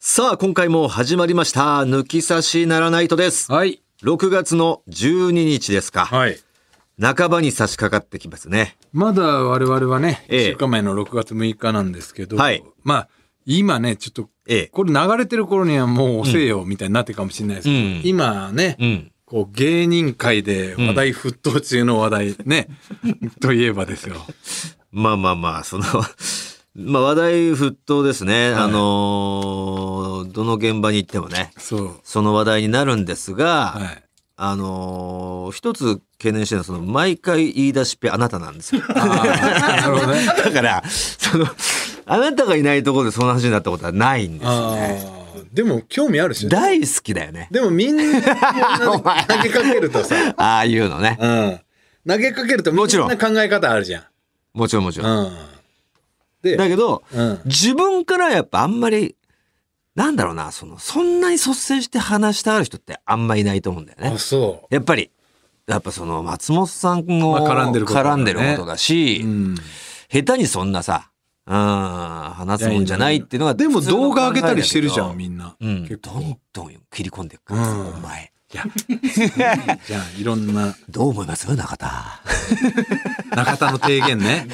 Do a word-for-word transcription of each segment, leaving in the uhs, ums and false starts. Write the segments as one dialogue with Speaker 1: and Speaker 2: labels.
Speaker 1: さあ今回も始まりました抜き差しならないとです。
Speaker 2: はい。
Speaker 1: ろくがつのじゅうににちですか。
Speaker 2: はい。
Speaker 1: 半ばに差し掛かってきますね。
Speaker 2: まだ我々はね、
Speaker 1: ええ
Speaker 2: いっしゅうかんまえのろくがつむいかなんですけど、
Speaker 1: はい
Speaker 2: まあ今ねちょっと、
Speaker 1: ええ
Speaker 2: これ流れてる頃にはもう遅えよみたいになってるかもしれないですけど、
Speaker 1: うん
Speaker 2: 今ね、
Speaker 1: うん
Speaker 2: こう芸人界で話題沸騰中の話題ね、といえばですよ。
Speaker 1: まあまあまあそのまあ話題沸騰ですね、
Speaker 2: はい
Speaker 1: あのーどの現場に行ってもね
Speaker 2: そう。
Speaker 1: その話題になるんですが、
Speaker 2: はい。
Speaker 1: あのー一つ懸念してるのはその毎回言い出しっぺあなたなんですよ。
Speaker 2: あーなるほどね。
Speaker 1: だからそのあなたがいないところでその話になったことはないんですよね。
Speaker 2: あーでも興味あるし、
Speaker 1: 大好きだよね。
Speaker 2: でもみんな投げかけるとさ、
Speaker 1: ああいうのね。
Speaker 2: うん、投げかけるとみん
Speaker 1: もちろん
Speaker 2: な考え方あるじゃん。
Speaker 1: もちろんもちろん。
Speaker 2: うん。で、
Speaker 1: だけど、
Speaker 2: うん、
Speaker 1: 自分からやっぱあんまり、なんだろうな、その、そんなに率先して話したがる人ってあんまいないと思うんだよね
Speaker 2: あ、。そ
Speaker 1: やっぱり、やっぱその、松本さんの
Speaker 2: まあ絡んでることだね
Speaker 1: 絡んでることだし、
Speaker 2: う。うん。
Speaker 1: 下手にそんなさ、うん、話すもんじゃないっていうのが、
Speaker 2: でも
Speaker 1: 普通の
Speaker 2: 動画上げたりしてるじゃん、
Speaker 1: 考えだけ
Speaker 2: みんな。
Speaker 1: どうん、
Speaker 2: 結構。
Speaker 1: どんどん切り込んでいくからさ、
Speaker 2: うん
Speaker 1: お前。
Speaker 2: いや、じゃあ、いろんな、
Speaker 1: どう思います中田。
Speaker 2: 中田の提言ね。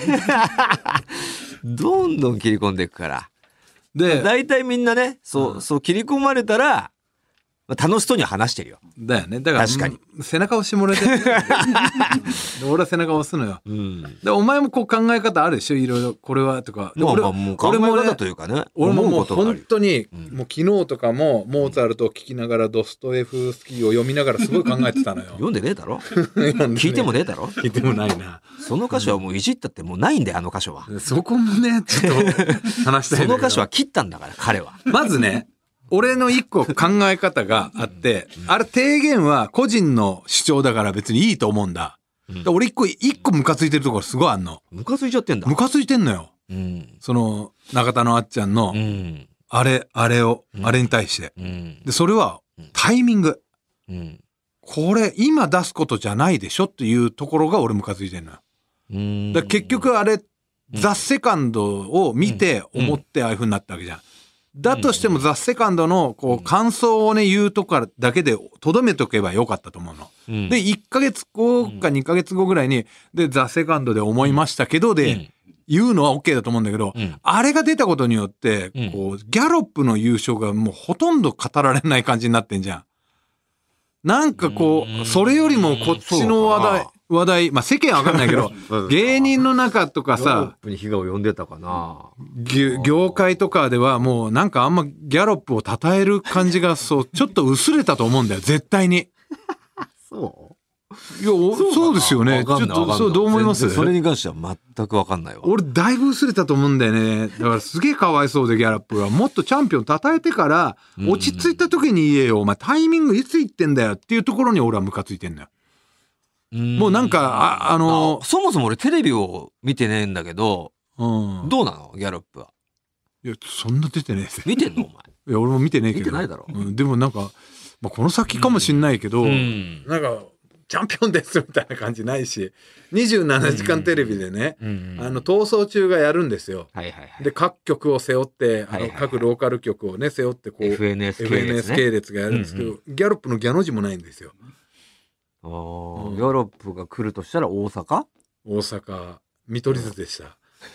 Speaker 1: どんどん切り込んでいくから。
Speaker 2: で、
Speaker 1: 大体みんなね、そう、
Speaker 2: うん、
Speaker 1: そう切り込まれたら、まあ楽しそうには話してるよ。
Speaker 2: だよね。だから、
Speaker 1: 確かに
Speaker 2: うん背中押してもらえてる。で俺は背中押すのよ。
Speaker 1: うん。
Speaker 2: で、お前もこう考え方あるでしょ、いろいろ、これはとか。で俺
Speaker 1: まあまあもう考え
Speaker 2: 俺もね
Speaker 1: 方というかね、
Speaker 2: 俺ももう
Speaker 1: 思うことがあるよ。
Speaker 2: 本当に、
Speaker 1: うん
Speaker 2: もう昨日とかもモーツァルトを聞きながらドストエフスキーを読みながらすごい考えてたのよ。
Speaker 1: 読んでねえだろ
Speaker 2: 読んでね
Speaker 1: 聞いてもねえだろ
Speaker 2: 聞いてもないな。
Speaker 1: その箇所はもういじったってもうないんだよ、あの箇所は。
Speaker 2: そこもね、ちょっと話したいんだけど。
Speaker 1: その箇所は切ったんだから、彼は。
Speaker 2: まずね、俺の一個考え方があって、あれ提言は個人の主張だから別にいいと思うんだ。
Speaker 1: うん
Speaker 2: で俺一個、一個ムカついてるところすごいあんの。
Speaker 1: ムカついちゃってんだ。
Speaker 2: ムカついてんのよ。
Speaker 1: うん。
Speaker 2: その、中田のあっちゃんの
Speaker 1: う、ん。
Speaker 2: あれ、あれを、
Speaker 1: うん
Speaker 2: あれに対して。
Speaker 1: うん。
Speaker 2: で、それは
Speaker 1: うん、
Speaker 2: タイミング。
Speaker 1: うん。
Speaker 2: これ、今出すことじゃないでしょっていうところが俺ムカついてんのよ。
Speaker 1: うん。
Speaker 2: だから結局あれ、ザ・セカンドを見て思ってああいう風になったわけじゃん。だとしてもザ・セカンドのこう感想をね言うとかだけでとどめとけばよかったと思うの。
Speaker 1: うん、
Speaker 2: でいっかげつごかにかげつごぐらいにでザ・セカンドで思いましたけどで言うのは OK だと思うんだけど、
Speaker 1: うん、
Speaker 2: あれが出たことによって
Speaker 1: うん
Speaker 2: こうギャロップの優勝がもうほとんど語られない感じになってんじゃん。なんかこ
Speaker 1: うん
Speaker 2: うそれよりもこっちの話題話題まあ世間は分かんないけど芸人の中とか
Speaker 1: ヨーロッ
Speaker 2: さ
Speaker 1: プに被害を呼んでたかな。
Speaker 2: 業業界とかではもうなんかあんまギャロップを称える感じがそうちょっと薄れたと思うんだよ絶対に。
Speaker 1: そう
Speaker 2: いやおそうですよね。ちょっとそうどう思います？
Speaker 1: それに関しては全く分かんないわ。
Speaker 2: 俺だいぶ薄れたと思うんだよね。だからすげえかわいそうでギャロップはもっとチャンピオン称えてから落ち着いた時に言えよお前タイミングいつ言ってんだよっていうところに俺はムカついてんだよ。もうなんかあ、あの
Speaker 1: あそもそも俺テレビを見てねえんだけど、
Speaker 2: うん、
Speaker 1: どうなのギャロップは。
Speaker 2: いやそんな出てねえぜ。
Speaker 1: 見てんのお前。
Speaker 2: いや俺も見てねえけど。
Speaker 1: 見てないだろ。
Speaker 2: うん、でもなんか、まあ、この先かもしんないけど、
Speaker 1: うん
Speaker 2: なんかチャンピオンですみたいな感じないしにじゅうななじかんテレビでね、
Speaker 1: うん
Speaker 2: あの逃走中がやるんですよ。
Speaker 1: はいはいはい。
Speaker 2: で各局を背負ってあの
Speaker 1: はいはいはい
Speaker 2: 各ローカル局をね背負ってこう
Speaker 1: エフエヌエス 系列ね
Speaker 2: エフエヌエス 系列がやるんですけど、
Speaker 1: うん
Speaker 2: ギャロップのギャの字もないんですよ。
Speaker 1: あー
Speaker 2: うん
Speaker 1: ギャロップが来るとしたら大阪？
Speaker 2: 大阪見取り図でした。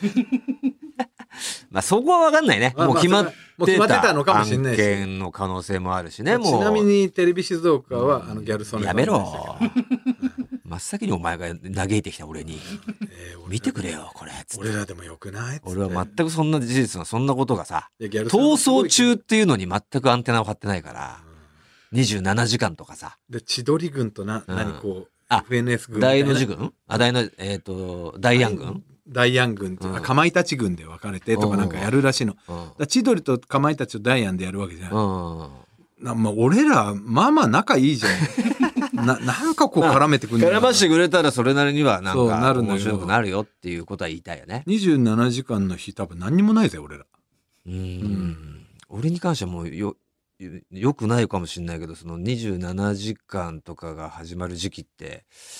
Speaker 1: まあそこは分かんないね。
Speaker 2: まあ
Speaker 1: もう決まっ
Speaker 2: まあもう決まって
Speaker 1: てた
Speaker 2: たのかもしれな
Speaker 1: 案
Speaker 2: いし
Speaker 1: 件の可能性もあるしね。もう
Speaker 2: ちなみにテレビ静岡はあのギャル曽根
Speaker 1: やめろ
Speaker 2: さんでしたけど
Speaker 1: 真っ先にお前が嘆いてきた俺に
Speaker 2: えー俺
Speaker 1: 見てくれよこれつって
Speaker 2: 俺らでもよくないっつって
Speaker 1: 俺は全くそんな事実のそんなことがさ
Speaker 2: いやギャル曽根
Speaker 1: 逃
Speaker 2: すごい
Speaker 1: 走中っていうのに全くアンテナを張ってないからにじゅうななじかんとかさ
Speaker 2: で千鳥軍とな、
Speaker 1: うん
Speaker 2: 何こう
Speaker 1: あ
Speaker 2: エフエヌエス 軍みたいな
Speaker 1: 大の字軍あ大のえっ、と大安軍
Speaker 2: 大安軍っていうか、
Speaker 1: うん
Speaker 2: かまいたち軍で分かれてとかなんかやるらしいの。だか
Speaker 1: うん
Speaker 2: ら千鳥とかまいたちと大安でやるわけじゃん。
Speaker 1: うん
Speaker 2: なまあ、俺らまあまあ仲いいじゃん。ななんかこう絡めてくんだよ
Speaker 1: 絡ましてくれたらそれなりにはなん
Speaker 2: そう
Speaker 1: か
Speaker 2: なるんだけど
Speaker 1: 面白くなるよっていうことは言いたいよね。
Speaker 2: にじゅうななじかんの日多分何にもないぜ俺ら。
Speaker 1: うん、俺に関してはもうよよくないかもしれないけどそのにじゅうななじかんとかが始まる時期って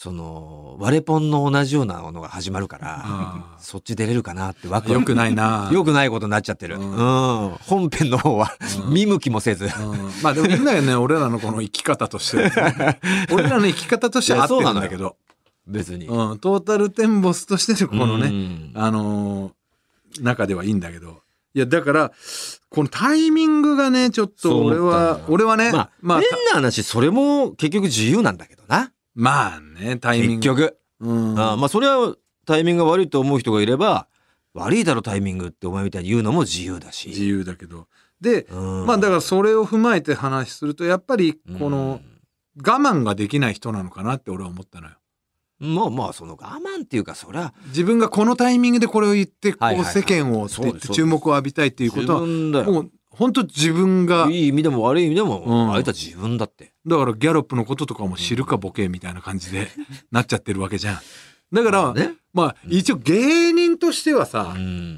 Speaker 1: そのワレポンの同じようなものが始まるからそっち出れるかなってワクワク。
Speaker 2: よくないな。
Speaker 1: よくないことになっちゃってる、うんうん、本編の方は、うん、見向きもせず、うん、
Speaker 2: まあでもいいんだよね俺らのこの生き方として、ね、俺らの生き方としては合ってるんだけど
Speaker 1: 別に、
Speaker 2: うん、トータルテンボスとしてのこのね、うん、あのー、中ではいいんだけど、いやだからこのタイミングがねちょっと俺は俺はね、
Speaker 1: まあ、まあ、変な話それも結局自由なんだけどな。
Speaker 2: まあねタイミング
Speaker 1: 結局、うん、あまあそれはタイミングが悪いと思う人がいれば悪いだろタイミングってお前みたいに言うのも自由だし
Speaker 2: 自由だけどで、うん、まあだからそれを踏まえて話するとやっぱりこの我慢ができない人なのかなって俺は思ったのよ。
Speaker 1: まあまあその我慢っていうかそりゃ
Speaker 2: 自分がこのタイミングでこれを言ってこう世間を注目を浴びたいっていうことはもう本当自分が
Speaker 1: いい意味でも悪い意味でも、うん、あいつは自分だって
Speaker 2: だからギャロップのこととかも知るかボケみたいな感じでなっちゃってるわけじゃん。だから、ね、まあ一応芸人としてはさ、うん、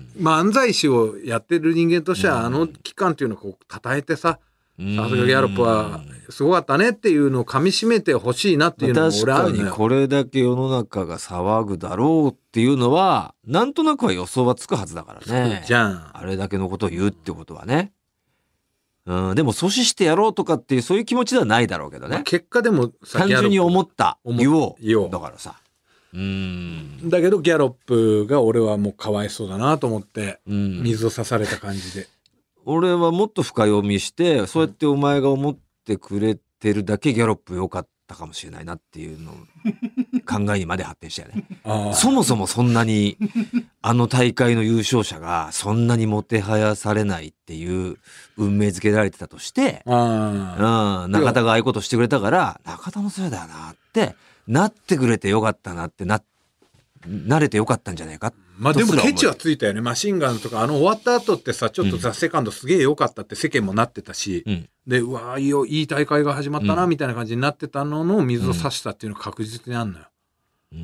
Speaker 2: 漫才師をやってる人間としてはあの期間っていうのをこう称えてさ、さすがギャロップはすごかったねっていうのをかみしめてほしいなっていうのも俺あるのよ。
Speaker 1: 確かにこれだけ世の中が騒ぐだろうっていうのはなんとなくは予想はつくはずだからね。
Speaker 2: じゃん
Speaker 1: あれだけのことを言うってことはね、うん、でも阻止してやろうとかっていうそういう気持ちではないだろうけどね、まあ、
Speaker 2: 結果でも
Speaker 1: 単純に思った言おうだからさうーん
Speaker 2: だけどギャロップが俺はもうかわいそうだなと思って水を差された感じで、
Speaker 1: 俺はもっと深読みしてそうやってお前が思ってくれてるだけギャロップ良かったかもしれないなっていうの考えにまで発展したよねそもそもそんなにあの大会の優勝者がそんなにもてはやされないっていう運命づけられてたとしてあ、うん、中田がああいうことしてくれたから中田のせいだよなってなってくれてよかったなってな慣れてよかったんじゃないか。
Speaker 2: まあでもケチはついたよね。マシンガンとかあの終わった後ってさちょっとザ・セカンドすげえ良かったって世間もなってたし、うん、でうわいいよいい大会が始まったなみたいな感じになってたのの水を差したっていうのが確実にあんのよ。うん、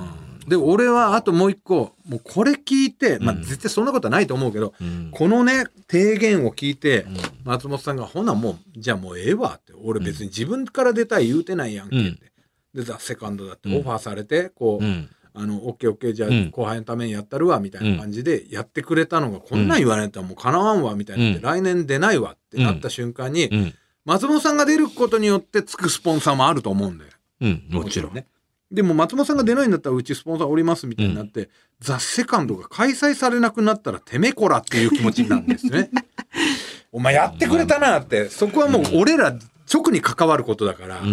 Speaker 2: うん、で俺はあともう一個もうこれ聞いて、まあ絶対そんなことはないと思うけど、うん、このね提言を聞いて、うん、松本さんがほなもうじゃあもうええわって俺別に自分から出たい言うてないやんけって、うん、でザ・セカンドだってオファーされてこう、うんあのオッケーオッケーじゃあ後輩のためにやったるわみたいな感じでやってくれたのがこんなん言われたらもうかなわんわみたいになって、うん、来年出ないわってなった瞬間に、うん、松本さんが出ることによってつくスポンサーもあると思うんだよ、
Speaker 1: うん、もちろんね。
Speaker 2: でも松本さんが出ないんだったらうちスポンサーおりますみたいになって、うん、ザ・セカンドが開催されなくなったらてめこらっていう気持ちになるんですねお前やってくれたなってそこはもう俺ら直に関わることだから、うん、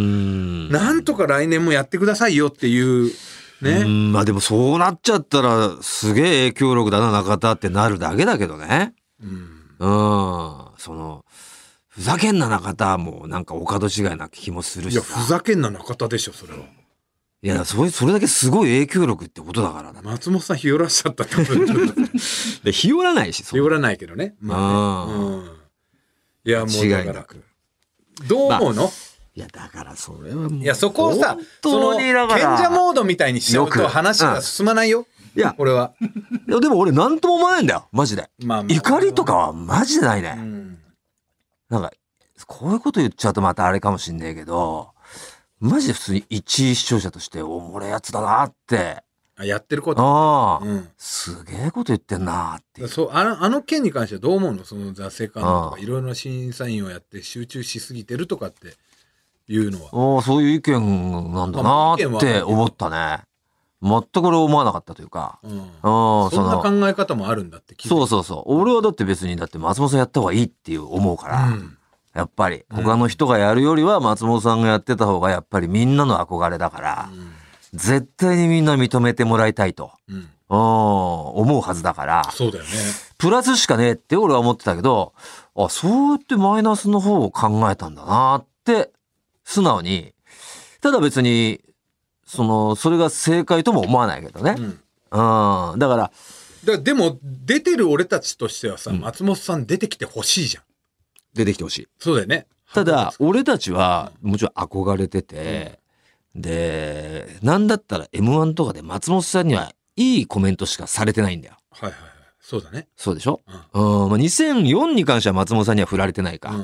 Speaker 2: なんとか来年もやってくださいよっていうね、
Speaker 1: うんまあでもそうなっちゃったらすげえ影響力だな中田ってなるだけだけどね。うん、うんそのふざけんな中田もなんかお門違いな気もするしさ。
Speaker 2: いやふざけんな中田でしょそれは。
Speaker 1: いやそれそれだけすごい影響力ってことだからだ。
Speaker 2: 松本さんひよらしちゃったってこと
Speaker 1: でひよらないし
Speaker 2: ひよらないけどね。まあね、うん、いやもうだからどう思うの、まあ
Speaker 1: いやだからそれはもう
Speaker 2: いやそこをさその賢者モードみたいにしちゃうと話が進まないよ、うん、いやこれはい
Speaker 1: やでも俺なんとも思わないんだよマジで、まあまあ、怒りとかはマジでないね、うん、なんかこういうこと言っちゃうとまたあれかもしんないけどマジで普通に一視聴者としておもれやつだなって
Speaker 2: やってること
Speaker 1: あ、うん、すげえこと言ってんなっていう。
Speaker 2: そうあの、あの件に関してはどう思うのそのザ・セカンドとかいろいろな審査員をやって集中しすぎてるとかっていうのは。
Speaker 1: ああそういう意見なんだなって思ったね。全く俺思わなかったというか、うん、
Speaker 2: あそんな考え方もあるんだって聞いて。
Speaker 1: そうそうそう俺はだって別にだって松本さんやった方がいいっていう思うから、うん、やっぱり他の人がやるよりは松本さんがやってた方がやっぱりみんなの憧れだから、うん、絶対にみんな認めてもらいたいと、うん、思うはずだから。
Speaker 2: そうだよね。
Speaker 1: プラスしかねえって俺は思ってたけどあそうやってマイナスの方を考えたんだなって素直に。ただ別にそのそれが正解とも思わないけどね、うん、うんだから
Speaker 2: だでも出てる俺たちとしてはさ、うん、松本さん出てきてほしいじゃん。
Speaker 1: 出てきてほしい。
Speaker 2: そうだよね。
Speaker 1: ただ俺たちはもちろん憧れてて、うん、でなんだったら エムワン とかで松本さんにはいいコメントしかされてないんだよ。
Speaker 2: はいはいはいそうだね。
Speaker 1: そうでしょ、うんうんまあ、にせんよんに関しては松本さんには振られてないか、うん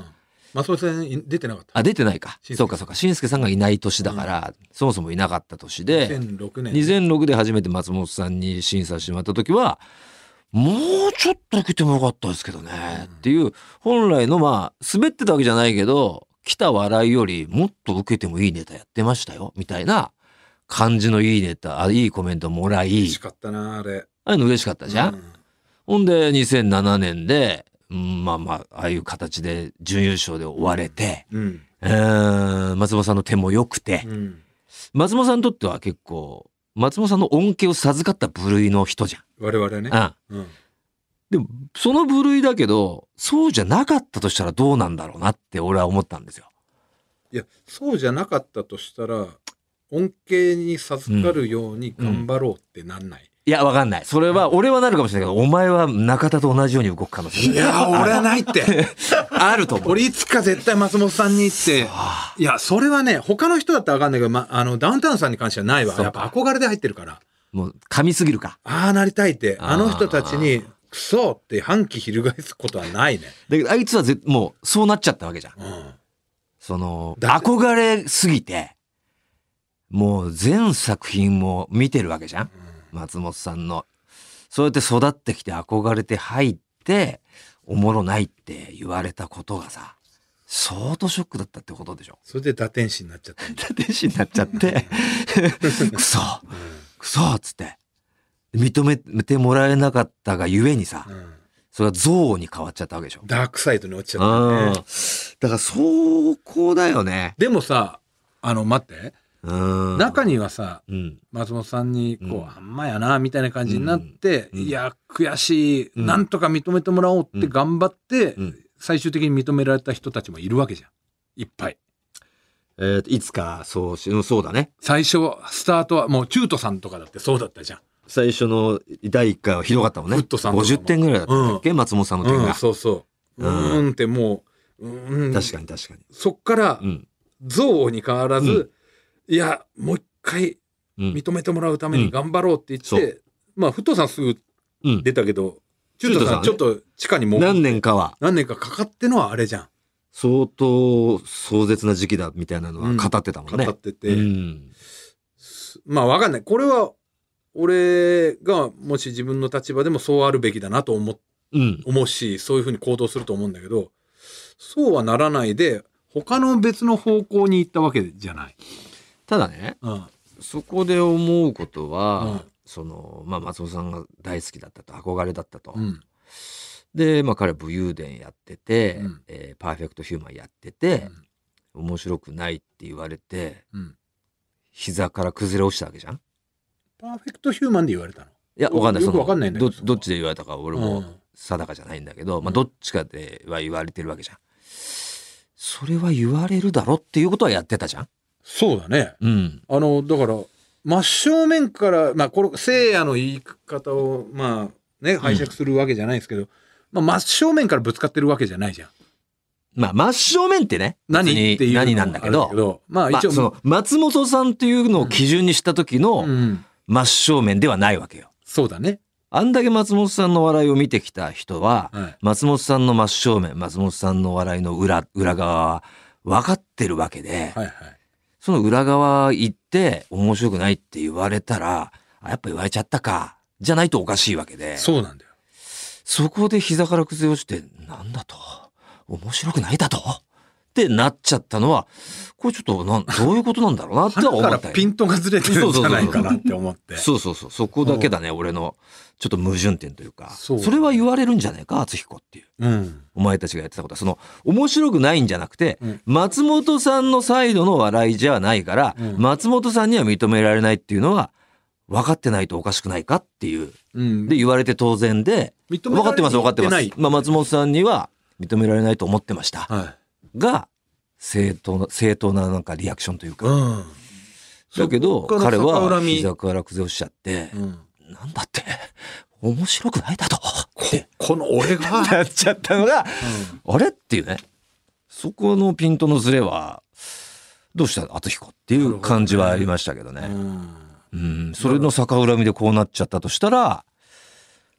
Speaker 2: 松本さん出てなかった。
Speaker 1: あ、出てないか。
Speaker 2: 紳助
Speaker 1: そうかそうか。紳助さんがいない年だから、うん、そもそもいなかった年で、
Speaker 2: にせんろくねん。
Speaker 1: にせんろくで初めて松本さんに審査してもらった時は、もうちょっと受けてもよかったですけどね、うん、っていう、本来のまあ、滑ってたわけじゃないけど、来た笑いよりもっと受けてもいいネタやってましたよ、みたいな感じのいいネタ、あ、いいコメントもらい。
Speaker 2: 嬉しかったな、あれ。
Speaker 1: あれの嬉しかったじゃん、うん、ほんで、にせんななねんで、うん、まあまあ、ああいう形で準優勝で終われて、うんえー、松本さんの手も良くて、うん、松本さんにとっては結構、松本さんの恩恵を授かった部類の人じゃん。
Speaker 2: 我々ね。
Speaker 1: うん。うん、でも、その部類だけど、そうじゃなかったとしたらどうなんだろうなって俺は思ったんですよ。
Speaker 2: いや、そうじゃなかったとしたら、恩恵に授かるように頑張ろうってなんない。うんうん、
Speaker 1: いや、わかんない。それは、俺はなるかもしれないけど、お前は中田と同じように動く可能性。
Speaker 2: いや、俺はないって。
Speaker 1: あると思う。
Speaker 2: 俺いつか絶対松本さんに行って、いや、それはね、他の人だったらわかんないけど、ま、あの、ダウンタウンさんに関してはないわ。やっぱ憧れで入ってるから。
Speaker 1: もう、噛みすぎるか。
Speaker 2: ああ、なりたいって。あの人たちに、クソって反旗翻すことはないね。
Speaker 1: だけど、あいつはぜもう、そうなっちゃったわけじゃん。うん、その、憧れすぎて、もう全作品も見てるわけじゃん。うん、松本さんの。そうやって育ってきて憧れて入って、おもろないって言われたことがさ、相当ショックだったってことでしょ。
Speaker 2: それで打天使になっちゃった。
Speaker 1: 打天使になっちゃって、くそ、くそっつって。認めてもらえなかったがゆえにさ、うん、それが憎悪に変わっちゃったわけでしょ。
Speaker 2: ダークサイドに落ちちゃったね。
Speaker 1: だからそこだよね。
Speaker 2: でもさ、あの、待って。中にはさ、うん、松本さんにこう、うん、あんまやなみたいな感じになって、うん、いや悔しい、うん、なんとか認めてもらおうって頑張って、うん、最終的に認められた人たちもいるわけじゃん、いっぱい。
Speaker 1: えー、いつかそうしそうだね。
Speaker 2: 最初スタートはもう中途さんとかだってそうだったじゃん。
Speaker 1: 最初のだいいっかいはひどかったもんね。
Speaker 2: フットさん
Speaker 1: ごじゅってんぐらいだったっけ、うん、松本さんの点が、
Speaker 2: うん、そうそううーんってもう、うん、
Speaker 1: 確かに確かに
Speaker 2: そっから憎悪に変わらず、うんいやもう一回認めてもらうために頑張ろうって言って、うん、まあフットさんすぐ出たけど、うん、中途さんちょっと地下にも
Speaker 1: 何年かは
Speaker 2: 何年かかかってのはあれじゃん。
Speaker 1: 相当壮絶な時期だみたいなのは語ってたもんね、うん、
Speaker 2: 語ってて、うん、まあわかんない、これは俺がもし自分の立場でもそうあるべきだなと思う、うん、思うし、そういうふうに行動すると思うんだけど、そうはならないで他の別の方向に行ったわけじゃない。
Speaker 1: ただね、うん、そこで思うことは、うん、そのまあ、松本さんが大好きだったと、憧れだったと、うん、で、まあ、彼は武勇伝やってて、うんえー、パーフェクトヒューマンやってて、うん、面白くないって言われて、うん、膝から崩れ落ちたわけじゃん。
Speaker 2: パーフェクトヒューマンで言われたの？
Speaker 1: いや、わかんない。
Speaker 2: よくわかんないんだけど、
Speaker 1: どどっちで言われたか俺も定かじゃないんだけど、うん、まあ、どっちかでは言われてるわけじゃん。それは言われるだろっていうことはやってたじゃん。
Speaker 2: そうだね、うん、あのだから真正面からまあこれ聖夜の言い方をまあね拝借するわけじゃないですけど、うんまあ、真正面からぶつかってるわけじゃないじゃん。
Speaker 1: まあ真正面ってね
Speaker 2: 何っていう
Speaker 1: 何なんだけど、まあ一応、まあ、その松本さんっていうのを基準にした時の真正面ではないわけよ、
Speaker 2: うん、そうだね。
Speaker 1: あんだけ松本さんの笑いを見てきた人は、はい、松本さんの真正面、松本さんの笑いの裏裏側は分かってるわけで、はいはい、その裏側行って面白くないって言われたら、あやっぱ言われちゃったかじゃないとおかしいわけで、
Speaker 2: そうなんだよ。
Speaker 1: そこで膝から崩れ落ちてなんだと面白くないだとってなっちゃったのは、これちょっとなんどういうことなんだろうなって思ったよ。
Speaker 2: だからピントがずれてるんじゃないかなって思って。
Speaker 1: そうそうそう、そこだけだね、俺のちょっと矛盾点というか、そ, それは言われるんじゃないか敦彦っていう、うん、お前たちがやってたことはその面白くないんじゃなくて、うん、松本さんのサイドの笑いじゃないから、うん、松本さんには認められないっていうのは分かってないとおかしくないかっていう、うん、で言われて当然で、分かってます分かってます、まあ、松本さんには認められないと思ってました、はい、が正当な正当ななんかリアクションというか、うん、だけど彼は膝から崩れ落ちちゃって、うん、なんだって面白くないだと
Speaker 2: こ, この俺が
Speaker 1: なっちゃったのが、うん、あれっていうね、そこのピントのズレはどうした敦彦っていう感じはありましたけどね、うんうん、それの逆恨みでこうなっちゃったとしたら、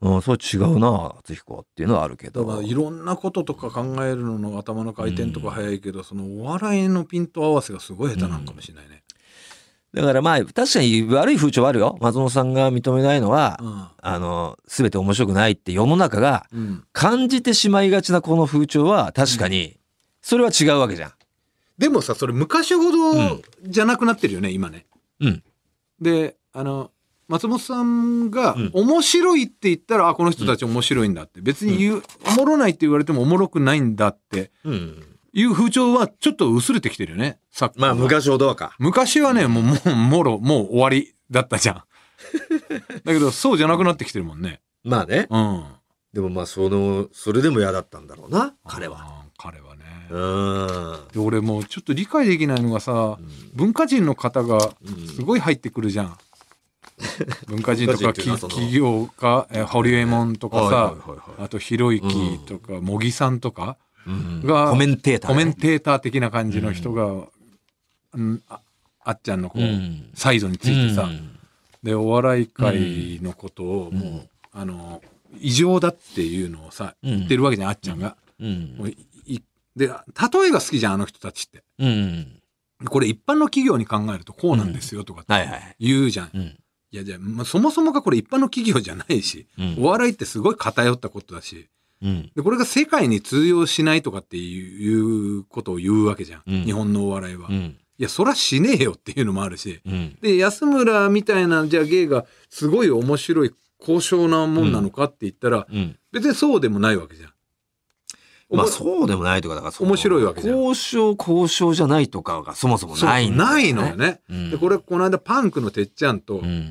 Speaker 1: うん、それ違うな敦彦っていうのはあるけど、
Speaker 2: だからいろんなこととか考えるのの頭の回転とか早いけど、うん、そのお笑いのピント合わせがすごい下手なんかもしれないね、
Speaker 1: うん、だからまあ確かに悪い風潮はあるよ。松本さんが認めないのは、うん、あの全て面白くないって世の中が感じてしまいがちなこの風潮は確かにそれは違うわけじゃん。
Speaker 2: でもさそれ昔ほどじゃなくなってるよね、うん、今ね。
Speaker 1: うん、
Speaker 2: であの松本さんが面白いって言ったら、うん、あこの人たち面白いんだって、別に言う、うん、おもろないって言われてもおもろくないんだっていう風潮はちょっと薄れてきてるよね。さ
Speaker 1: まあ昔ほどはか。
Speaker 2: 昔はねもうもうもろもう終わりだったじゃん。だけどそうじゃなくなってきてるもんね。
Speaker 1: まあね。
Speaker 2: うん。
Speaker 1: でもまあそのそれでも嫌だったんだろうな彼は。
Speaker 2: 彼はね。
Speaker 1: うん。
Speaker 2: で俺もうちょっと理解できないのがさ、うん、文化人の方がすごい入ってくるじゃん。文化人とか企業家ホリエモンとかさ、はいはいはいはい、あとひろゆきとか茂木、うん、さんとかが、
Speaker 1: うん、コメンテーター、
Speaker 2: ね、コメンテーター的な感じの人が、うんうん、あ, あっちゃんのこう、うん、サイドについてさ、うん、でお笑い界のことをもう、うん、あの異常だっていうのをさ、うん、言ってるわけじゃんあっちゃんが、うん、もういで例えが好きじゃんあの人たちって、うん、これ一般の企業に考えるとこうなんですよとかって言うじゃん、うんはいはいうんいやじゃあ、まあ、そもそもがこれ一般の企業じゃないし、うん、お笑いってすごい偏ったことだし、うん、でこれが世界に通用しないとかっていうことを言うわけじゃん、うん、日本のお笑いは、うん、いやそらしねえよっていうのもあるし、うん、で安村みたいなじゃあ芸がすごい面白い高尚なもんなのかって言ったら、うん、別にそうでもないわけじゃん。
Speaker 1: まあそうでもないとかだから
Speaker 2: 面白いわけじゃん。
Speaker 1: 交渉交渉じゃないとかがそもそもないんだよね。
Speaker 2: ないのよね、うん、でこれこの間パンクのてっちゃんと考え、うん、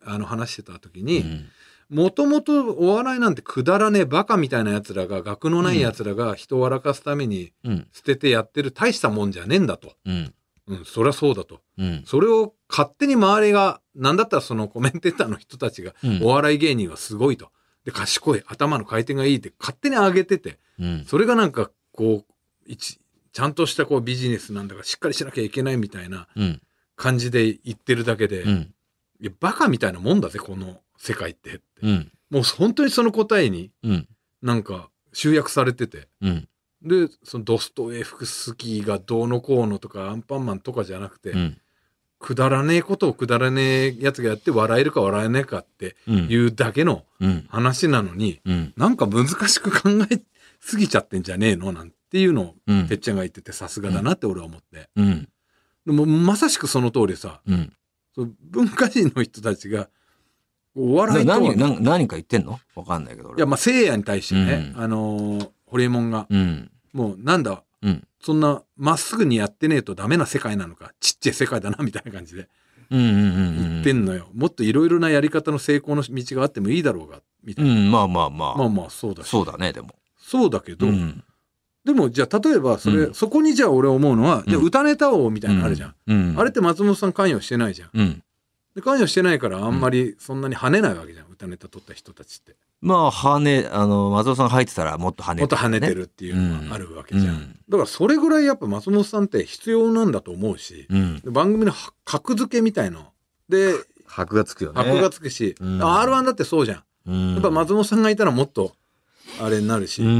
Speaker 2: あの話してた時にもともとお笑いなんてくだらねえバカみたいなやつらが学のないやつらが人を笑かすために捨ててやってる大したもんじゃねえんだと、うんうん、そりゃそうだと、うん、それを勝手に周りがなんだったらそのコメンテーターの人たちが、うん、お笑い芸人はすごいとで賢い頭の回転がいいって勝手に上げてて、うん、それがなんかこう一ちゃんとしたこうビジネスなんだからしっかりしなきゃいけないみたいな感じで言ってるだけで、うん、いやバカみたいなもんだぜこの世界ってって、うん、もう本当にその答えになんか集約されてて、うん、でそのドストエフスキーがどうのこうのとかアンパンマンとかじゃなくて、うん、くだらねえことをくだらねえやつがやって笑えるか笑えないかっていうだけの話なのに、うん、なんか難しく考えすぎちゃってんじゃねえのなんていうのを、うん、てっちゃんが言っててさすがだなって俺は思って、うん、でもまさしくその通りさ、うん、その文化人の人たちがお笑いとは
Speaker 1: 何, 何, 何か言ってんの分かんないけど
Speaker 2: いやまあせいやに対してね、うん、あのー、ホリエモンが、うん、もうなんだ、うん、そんなまっすぐにやってねえとダメな世界なのかちっちゃい世界だなみたいな感じで言ってんのよ。もっといろいろなやり方の成功の道があってもいいだろうがみたいな、うん、
Speaker 1: まあまあまあ
Speaker 2: まあまあそうだし
Speaker 1: そうだねでも
Speaker 2: そうだけど、うん、でもじゃあ例えばそれ、うん、そこにじゃあ俺思うのは、うん、じゃあ歌ネタ王みたいなのあるじゃん、うんうん、あれって松本さん関与してないじゃん、うん、で関与してないからあんまりそんなに跳ねないわけじゃん、歌ネタ取った人たちって。
Speaker 1: まあ跳ねあの松本さん入ってたらもっと跳ねてる、ね、
Speaker 2: もっと跳ねてるっていうのがあるわけじゃん、うん、だからそれぐらいやっぱ松本さんって必要なんだと思うし、うん、番組の格付けみたいので
Speaker 1: 箔がつくよね。
Speaker 2: 箔がつくし、うん、アールワン だってそうじゃん、うん、やっぱ松本さんがいたらもっとあれになるし、うん、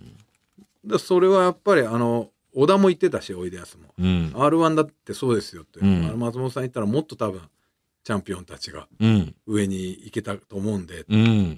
Speaker 2: だそれはやっぱりあの小田も言ってたしおいでやすも、うん、アールワン だってそうですよって、うん、松本さんいったらもっと多分チャンピオンたちが上に行けたと思うんで、
Speaker 1: うん、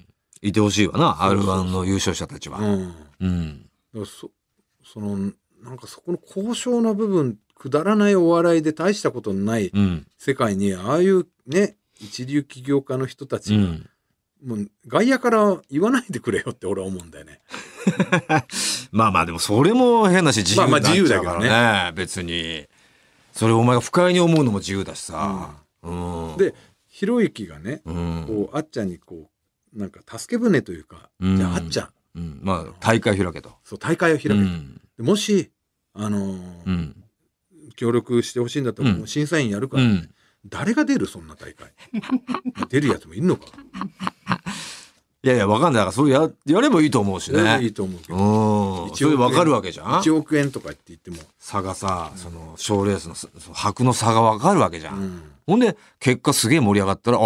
Speaker 1: いてほしいわな アールワン の優勝者たちは。うんうん、
Speaker 2: だから そ, そのなんかそこの高尚な部分くだらないお笑いで大したことのない世界に、うん、ああいうね一流起業家の人たちが、うん、もう外野から言わないでくれよって俺は思うんだよね。
Speaker 1: まあまあでもそれも変だし自由になっちゃうからね、まあまあ自由だけどね別にそれお前が不快に思うのも自由だしさ、うんうん、でひろゆきがね、うん、こうあっちゃんにこうなんか助け舟というか、うん、じゃああっちゃん、うん、まあ大会開けとそう大会を開けと、うん、もしあのーうん、協力してほしいんだったら、うん、審査員やるから、ねうん、誰が出るそんな大会出るやつもいるのか。いやいや分かんないからそれ や, やればいいと思うしね。やればいいと思うけど、うん、それ分かるわけじゃん。いちおくえんとかって言っても差がさ、うん、その賞レースの箔の差が分かるわけじゃん、うん、ほんで結果すげえ盛り上がったらあ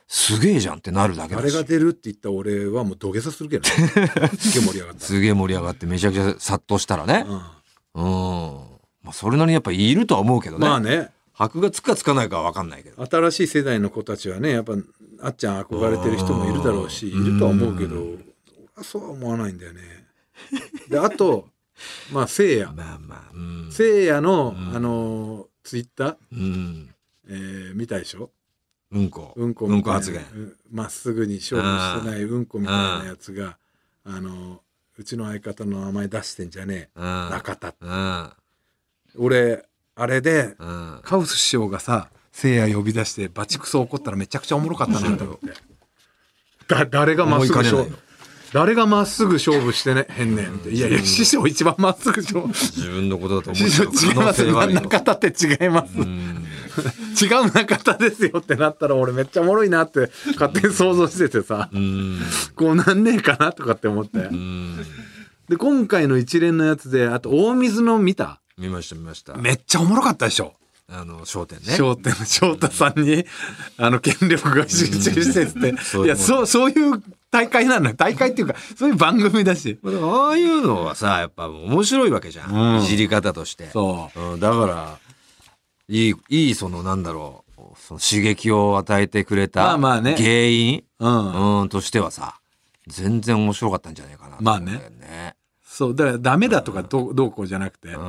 Speaker 1: すげえじゃんってなるだけだし。
Speaker 2: あれが出るって言った俺はもう土下座するけどねすげえ盛り上がった
Speaker 1: すげえ盛り上がってめちゃくちゃ殺到したらね。
Speaker 2: うん、
Speaker 1: うんまあ、それなりにやっぱいるとは思うけどね。
Speaker 2: まあね、
Speaker 1: 箔がつくかつかないかは分かんないけど。
Speaker 2: 新しい世代の子たちはねやっぱあっちゃん憧れてる人もいるだろうし、いるとは思うけど、俺はそうは思わないんだよね。であとまあせいや、
Speaker 1: まあまあ、うん、
Speaker 2: せいやの、
Speaker 1: うん、
Speaker 2: あのツイッター、
Speaker 1: うん
Speaker 2: えー、見たでしょ。
Speaker 1: うんこ
Speaker 2: うんこ
Speaker 1: うんこ発言、
Speaker 2: まっすぐに勝負してないうんこみたいなやつが、あのうちの相方の名前出してんじゃねえ中田って。俺あれでカウス師匠がさせいや呼び出してバチクソ怒ったらめちゃくちゃおもろかったなと思ってだ誰がまっすぐ勝負誰がまっすぐ勝負してねへんねんって。いやいや師匠一番まっすぐ勝負
Speaker 1: 自分のことだと思う。
Speaker 2: 師匠違います中田って違います違う中田ですよってなったら俺めっちゃおもろいなって勝手に想像しててさ、うんこうなんねえかなとかって思って、うんで今回の一連のやつであと大水の見た
Speaker 1: 見ました見ました。
Speaker 2: めっちゃおもろかったでしょ。
Speaker 1: あの商店ね
Speaker 2: 商店翔太さんにあの権力が集中してっていやそうそういう大会なのよ。大会っていうかそういう番組だし、
Speaker 1: だからああいうのはさやっぱ面白いわけじゃん、うん、いじり方として。
Speaker 2: そう、
Speaker 1: うん、だからいいいいそのなんだろうその刺激を与えてくれた原因、まあまあね、うんうん、としてはさ全然面白かったんじゃないかな、ね、
Speaker 2: まあねそうだからダメだとかどう、うん、どうこうじゃなくて、うん、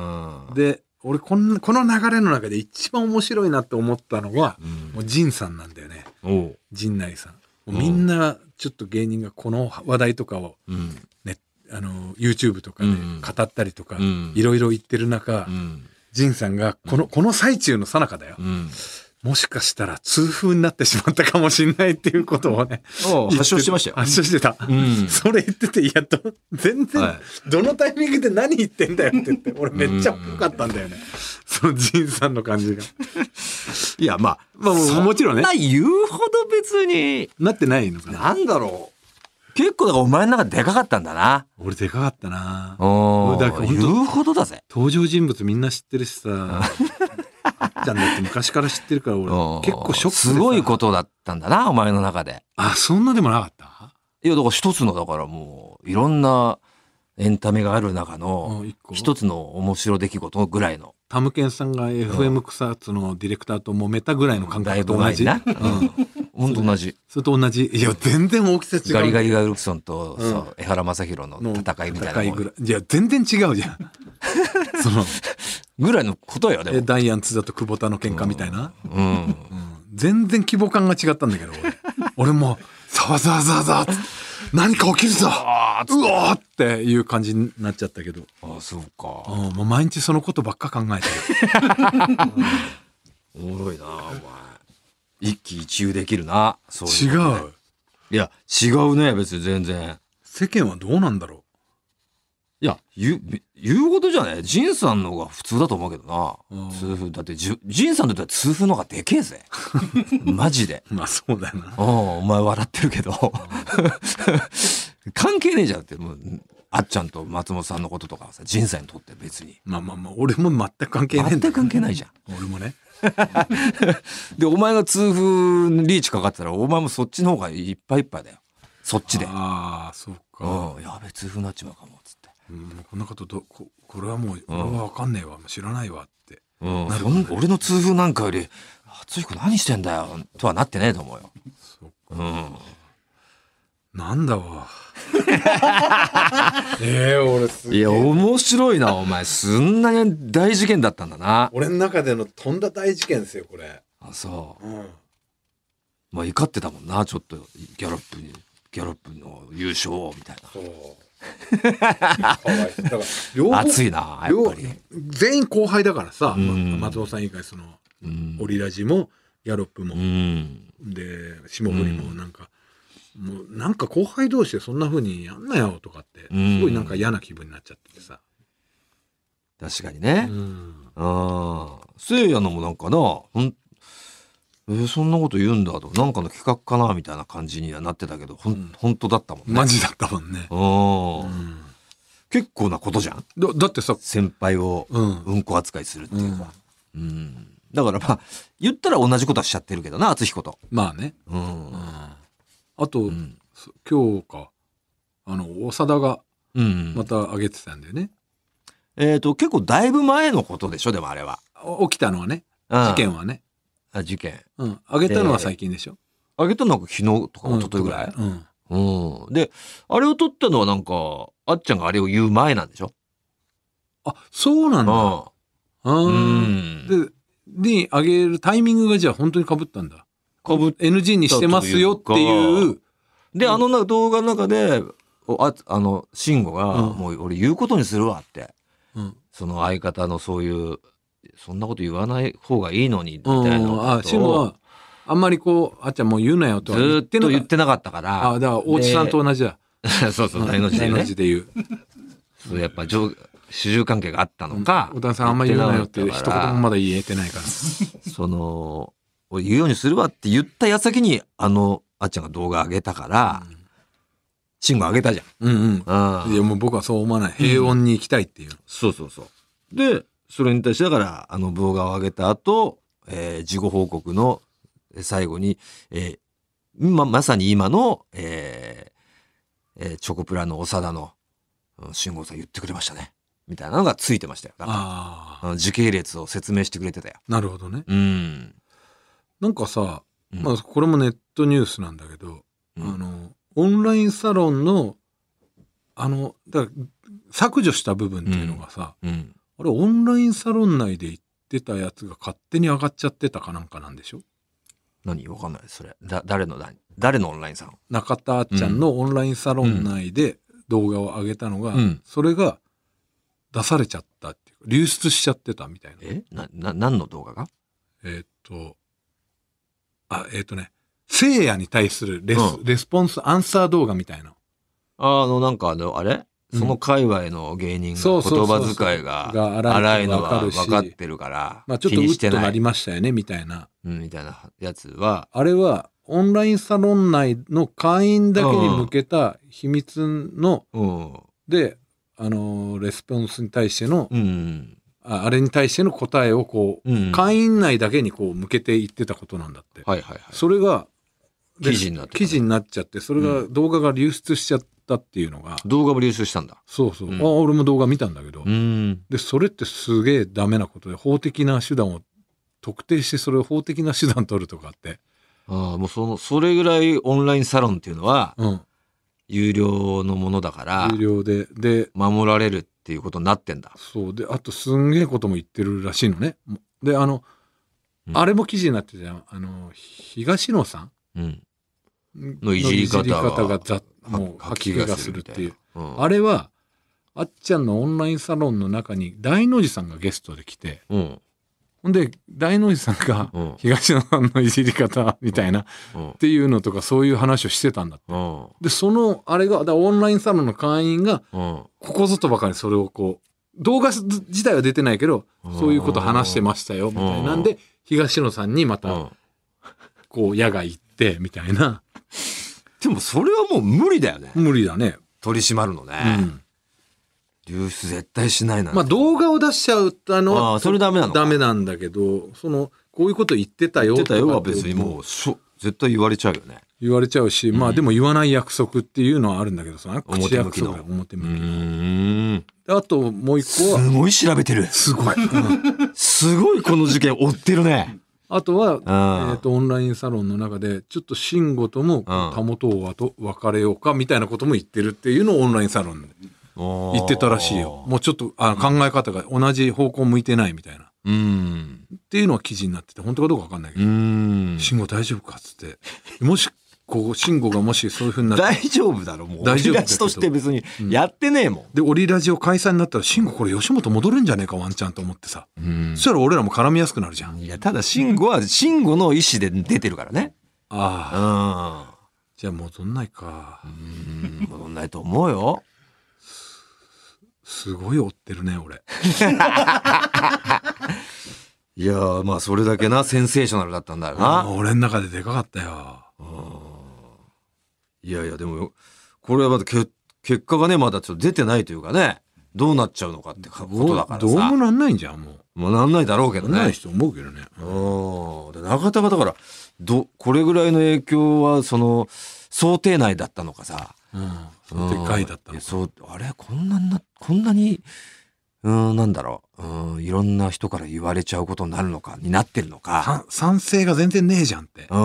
Speaker 2: で俺こんこの流れの中で一番面白いなって思ったのは、うん、もう陣さんなんだよね。陣内さんもうみんなちょっと芸人がこの話題とかを、ねうん、あの YouTube とかで語ったりとか、うん、いろいろ言ってる中、うん仁さんがこの、うん、この最中の最中だよ、うん、もしかしたら痛風になってしまったかもしれないっていうことをね
Speaker 1: 発症してましたよ。
Speaker 2: 発症してた、うん、それ言ってていやど全然、はい、どのタイミングで何言ってんだよって言って俺めっちゃ良かったんだよね、うん、その仁さんの感じが
Speaker 1: いやまあ、
Speaker 2: まあ、もちろんね
Speaker 1: そんな言うほど別に
Speaker 2: なってないのかな。
Speaker 1: なんだろう結構だからお前の中でかかったんだな。
Speaker 2: 俺でかかったな。
Speaker 1: だから言うほどだぜ。
Speaker 2: 登場人物みんな知ってるしさあっちゃんだって昔から知ってるから俺結構ショックでさ
Speaker 1: すごいことだったんだなお前の中で。
Speaker 2: あそんなでもなかった。
Speaker 1: いやだから一つのだからもういろんなエンタメがある中の一つの面白出来事ぐらいの。
Speaker 2: タムケンさんが エフエム 草津のディレクターと揉めたぐらいの感覚と同じ。
Speaker 1: な。本当同じ。
Speaker 2: それと同じ。いや全然大きさ違う。
Speaker 1: ガリガリガルクソンと、うん、そう江原正宏の戦いみたいな。
Speaker 2: 戦いぐらい。いや全然違うじゃん。その
Speaker 1: ぐらいのことよでも。
Speaker 2: ダイアン津田と久保田の喧嘩みたいな。うん。うん、全然規模感が違ったんだけど俺。俺もざわざわざわざわ何か起きるぞうわーっていう感じになっちゃったけど。
Speaker 1: ああそうか。
Speaker 2: うんもう毎日そのことばっか考えて
Speaker 1: る。おもろいなお前。一喜一憂できるな。
Speaker 2: そういう、ね、違う。
Speaker 1: いや違うね別に全然。
Speaker 2: 世間はどうなんだろう。
Speaker 1: いや言う言うことじゃねえ。仁さんの方が普通だと思うけどな。痛風だって仁さんの時は痛風の方がでけえぜ。マジで。
Speaker 2: まあそうだよな。
Speaker 1: お前笑ってるけど関係ねえじゃんってもうあっちゃんと松本さんのこととかさ仁さんにとって別に。
Speaker 2: まあまあまあ俺も全く関係ないんだ。
Speaker 1: 全く関係ないじゃん。
Speaker 2: 俺もね。
Speaker 1: でお前が痛風にリーチかかってたらお前もそっちの方がいっぱいいっぱいだよ。そっちで。
Speaker 2: ああそうか。
Speaker 1: うんやべえ痛風になっちまうかもっつって。
Speaker 2: うん、こんなことど こ, これはもう俺は分かんねえわ、うん、知らないわって、
Speaker 1: うん、なるね、俺の痛風なんかより敦彦何してんだよとはなってねえと思うよ。
Speaker 2: そうか、うん、なんだわえー、俺すげえ。
Speaker 1: いや面白いなお前そんなに大事件だったんだな。
Speaker 2: 俺の中でのとんだ大事件ですよこれ。
Speaker 1: あそう、うん、まあ怒ってたもんなちょっとギャロップにギャロップの優勝みたいな。そうかわいそうだから両熱いなやっぱり。
Speaker 2: 全員後輩だからさ、うん、松本さん以外その、うん、オリラジもギャロップも、うん、で霜降りもなんか、うん、もうなんか後輩同士でそんな風にやんなよとかってすごいなんか嫌な気分になっちゃっててさ。
Speaker 1: 確かにね。うん、あせいやのもなんかなほんえー、そんなこと言うんだとなんかの企画かなみたいな感じにはなってたけどほん、うん、本当だったもんね。
Speaker 2: マジだったもんね。
Speaker 1: うん、結構なことじゃん。
Speaker 2: だ, だってさ
Speaker 1: 先輩をうんこ扱いするっていうか、うんうん、 だからまあ言ったら同じことはしちゃってるけどな、敦彦と。
Speaker 2: まあね、
Speaker 1: うん、
Speaker 2: うん、あと、
Speaker 1: うん、
Speaker 2: 今日かあの長田が
Speaker 1: うん
Speaker 2: また上げてたんだよね、
Speaker 1: えっと結構だいぶ前のことでしょ、でもあれは
Speaker 2: 起きたのはね、事件はね、
Speaker 1: あ事件、
Speaker 2: うん、上げたのは最近でしょ、
Speaker 1: あげたのなんか昨日とか一昨日ぐらい、
Speaker 2: うん
Speaker 1: うんうん、であれを撮ったのはなんかあっちゃんがあれを言う前なんでしょ。
Speaker 2: あ、そうなんだ。ああ、うん、でに上げるタイミングがじゃあ本当に被ったんだ。
Speaker 1: 被っ
Speaker 2: エヌジー にしてますよっていう
Speaker 1: で、うん、あの動画の中でああの慎吾が、うん、もう俺言うことにするわって、うん、その相方のそういうそんなこと言わない方がいいのにみたいな、うん、
Speaker 2: あ慎吾はあんまりこうあっちゃんもう言うなよとは
Speaker 1: 言ってずっと言ってなかったから。
Speaker 2: あだから大津さんと同じだ。
Speaker 1: そうそう、大の字でね。
Speaker 2: 大の字で言う。
Speaker 1: そうやっぱ主従関係があったのか。
Speaker 2: 小田さんあんまり言うなよって一言もまだ言えてないから。
Speaker 1: その言うようにするわって言った矢先にあのあっちゃんが動画上げたから、うん、慎吾上げたじゃん。
Speaker 2: うんうん。あいやもう僕はそう思わない。平穏に行きたいっていう。うん、
Speaker 1: そうそうそう。でそれに対してだからあの動画を上げた後、えー、事後報告の最後に、えーま、まさに今の、えーえー、チョコプラの長田の慎吾さん言ってくれましたねみたいなのがついてましたよ。だからああ時系列を説明してくれてたよ。
Speaker 2: なるほどね。
Speaker 1: うん、
Speaker 2: なんかさ、うんまあ、これもネットニュースなんだけど、うん、あのオンラインサロンのあのだから削除した部分っていうのがさ、うんうん、あれオンラインサロン内で言ってたやつが勝手に上がっちゃってたかなんかなんでしょ。
Speaker 1: 何わかんないそれだ誰の誰のオンラインサロン。
Speaker 2: 中田あっちゃんのオンラインサロン内で動画を上げたのが、うん、それが出されちゃったっていうか流出しちゃってたみたいな。
Speaker 1: えなな何の動画が。
Speaker 2: えー、っとあえー、っとねせいやに対するレス、うん、レスポンスアンサー動画みたいな。
Speaker 1: あのなんかあのあれその界隈の芸人が言葉遣いが荒いのは分かってるから
Speaker 2: まあちょっとウッとなりましたよねみたいな、
Speaker 1: うん、みたいなやつは
Speaker 2: あれはオンラインサロン内の会員だけに向けた秘密の、うん、であのレスポンスに対しての、うん、あ, あれに対しての答えをこう、うん、会員内だけにこう向けていってたことなんだって、
Speaker 1: はいはいはい、
Speaker 2: それが
Speaker 1: 記事になって、
Speaker 2: 記事になっちゃってそれが動画が流出しちゃったっていうのが、
Speaker 1: うん、動画も流出したんだ。
Speaker 2: そうそう、うん、あ俺も動画見たんだけど、うん、でそれってすげえダメなことで法的な手段を特定してそれを法的な手段取るとかって、
Speaker 1: ああもうそのそれぐらいオンラインサロンっていうのは、うん、有料のものだから
Speaker 2: 有料でで
Speaker 1: 守られるっていうことになってんだ。
Speaker 2: そうであとすんげえことも言ってるらしいのね。であの、うん、あれも記事になってたじゃんあの東野さん、うん
Speaker 1: のいじり方 が,
Speaker 2: 方がざもう吐き気がするっていう、うん、あれはあっちゃんのオンラインサロンの中に大の字さんがゲストで来て、うん、ほんで大の字さんが東野さんのいじり方みたいな、うん、っていうのとかそういう話をしてたんだって、うん、でそのあれがだオンラインサロンの会員がここぞとばかりそれをこう動画自体は出てないけどそういうこと話してましたよみたいなんで東野さんにまたこう矢が行ってみたいな。
Speaker 1: でもそれはもう無理だよね。
Speaker 2: 無理だね。
Speaker 1: 取り締まるのね。うん、流出絶対しないなんて。
Speaker 2: まあ動画を出しちゃうあの
Speaker 1: あそれダメなのか。
Speaker 2: ダメなんだけど、そのこういうこと言ってたよ
Speaker 1: とか言ってたよは別にもう絶対言われちゃうよね。
Speaker 2: 言われちゃうし、うん、まあでも言わない約束っていうのはあるんだけどさ、口約束が表向きの。あともう一個は
Speaker 1: すごい調べてる。
Speaker 2: すごい。うん、
Speaker 1: すごいこの事件追ってるね。
Speaker 2: あとは、えー、とオンラインサロンの中でちょっと慎吾ともたもとをと別れようかみたいなことも言ってるっていうのをオンラインサロンで言ってたらしいよ。もうちょっとあ考え方が同じ方向向いてないみたいな、うん、っていうのは記事になってて本当かどうか分かんないけど慎吾大丈夫かっつってもしこう慎吾がもしそういうふうになって
Speaker 1: 大丈夫だろもう大丈夫だとして別にやってねえもん、
Speaker 2: うん、でオリラジオ解散になったら慎吾これ吉本戻るんじゃねえかワンチャンと思ってさ、うん、そしたら俺らも絡みやすくなるじゃん。
Speaker 1: いやただ慎吾は慎吾の意思で出てるからね。
Speaker 2: ああじゃあ戻んないか。
Speaker 1: うん戻んないと思うよ。
Speaker 2: す, すごい追ってるね俺
Speaker 1: いやまあそれだけなセンセーショナルだったんだよな。
Speaker 2: 俺の中ででかかったよ。
Speaker 1: いやいやでもこれはまだけ結果がねまだちょっと出てないというかねどうなっちゃうのかってことだからさ。
Speaker 2: どうもなんないんじゃんも
Speaker 1: う。もうなんないだろうけどね。
Speaker 2: なんない人思うけどね。
Speaker 1: うん。中田がだからどこれぐらいの影響はその想定内だったのかさ。
Speaker 2: うん。でかいだったのか。
Speaker 1: そうあれこんななこんなにうんなんだろううんいろんな人から言われちゃうことになるのかになってるのか。
Speaker 2: 賛成が全然ねえじゃんって。
Speaker 1: うん。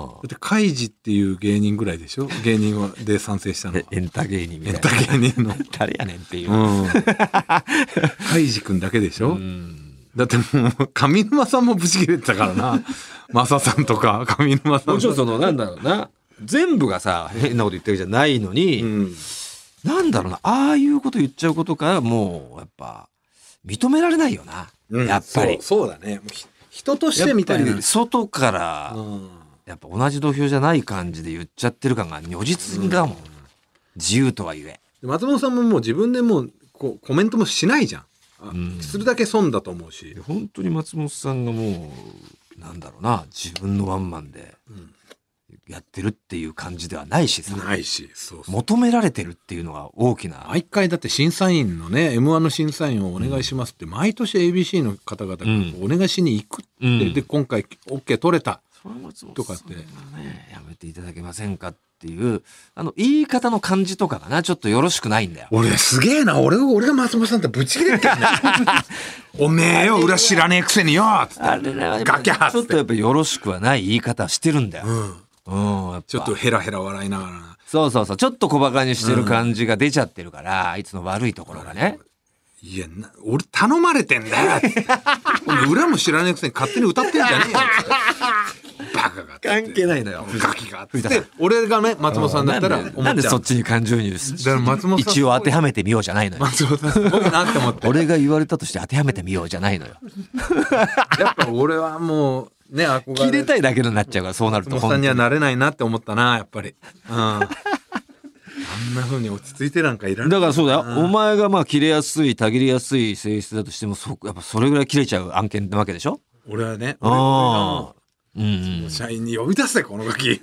Speaker 2: だってカイジっていう芸人ぐらいでしょ。芸人はで賛成したのは。
Speaker 1: エンタ芸人みたいな。
Speaker 2: エンタ芸人の
Speaker 1: 誰やねんっていう。
Speaker 2: うん。カイジ君だけでしょ。うんだってもう上沼さんもブチ切れてたからな。マサさんとか上沼さん。
Speaker 1: もちろんそのなんだろうな全部がさ変なこと言ってるじゃないのに、うん、なんだろうなああいうこと言っちゃうことからもうやっぱ認められないよな、うん、やっぱり
Speaker 2: そう、そうだね人としてみたいな
Speaker 1: 外から、うん、やっぱ同じ土俵じゃない感じで言っちゃってる感が如実だもん、うん、自由とはいえ
Speaker 2: 松本さんももう自分でもうこうコメントもしないじゃん、うん、するだけ損だと思うし
Speaker 1: 本当に松本さんがもうなんだろうな自分のワンマンで、うんやってるっていう感じではないしさ
Speaker 2: ないしそうそう
Speaker 1: 求められてるっていうのが大きな
Speaker 2: 毎回だって審査員のね エムワン の審査員をお願いしますって毎年 エービーシー の方々がお願いしに行くって、うん、で今回 OK 取れたとかって、
Speaker 1: ね、やめていただけませんかっていうあの言い方の感じとかがなちょっとよろしくないんだよ。
Speaker 2: 俺すげえな俺俺が松本さんってぶち切れてるねおめえよ裏知らねえくせによっつってあれ、ね、ガキャーっつって
Speaker 1: ちょっとやっぱよろしくはない言い方してるんだよ、うん
Speaker 2: うん、やっぱちょっとヘラヘラ笑いながら
Speaker 1: そうそうそうちょっと小バカにしてる感じが出ちゃってるから、うん、あいつの悪いところがね
Speaker 2: いやな俺頼まれてんだよ裏も知らないくせに勝手に歌ってんじゃねえよバカが
Speaker 1: 関係ないのよ
Speaker 2: ガキがって俺がね松本さんだったら思っちゃう
Speaker 1: なんでそっちに感情移入する一応当てはめてみようじゃないのよ
Speaker 2: 松本さんすごいなって思って
Speaker 1: 俺が言われたとして当てはめてみようじゃないのよ
Speaker 2: やっぱ俺はもうね、憧れ
Speaker 1: 切れたいだけになっちゃうからそうなると
Speaker 2: 松本さんにはなれないなって思ったなやっぱり、うん、あんな風に落ち着いてなんかいられない
Speaker 1: だからそうだよお前がまあ切れやすいたぎりやすい性質だとしてもそやっぱそれぐらい切れちゃう案件ってわけでしょ。
Speaker 2: 俺はね俺はうんうん、社員に呼び出せこのガキ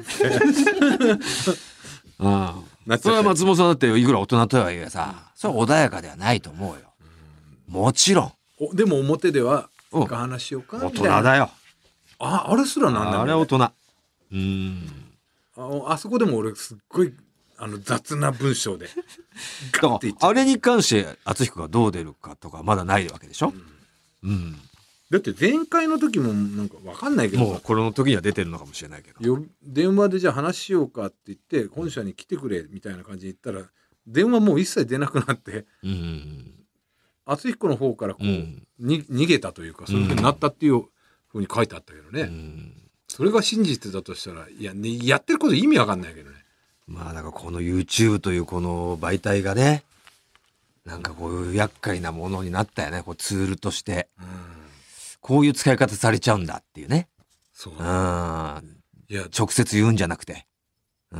Speaker 1: ああそれは松本さんだっていくら大人とはいえさそれは穏やかではないと思うよ、うん、もちろん
Speaker 2: おでも表では一回話しようか
Speaker 1: 大人だよ
Speaker 2: ああれすらなんだよ、ね、
Speaker 1: あれ大人うん
Speaker 2: ああそこでも俺すっごいあの雑な文章で
Speaker 1: だからあれに関して敦彦がどう出るかとかまだないわけでしょ、うん、うん
Speaker 2: だって前回の時もなんか分かんないけど
Speaker 1: もうこれの時には出てるのかもしれないけど
Speaker 2: よ電話でじゃあ話しようかって言って本社に来てくれみたいな感じで言ったら電話もう一切出なくなって敦彦、うん、の方からこう、うん、に逃げたというかそういうふうになったっていうふうに書いてあったけどね、うん、それが真実だとしたらいや、ね、やってること意味分かんないけどね
Speaker 1: まあだからこの YouTube というこの媒体がねなんかこういう厄介なものになったよねこうツールとして、うんこういう使い方されちゃうんだっていうね。そう。うん。いや直接言うんじゃなくて。うん。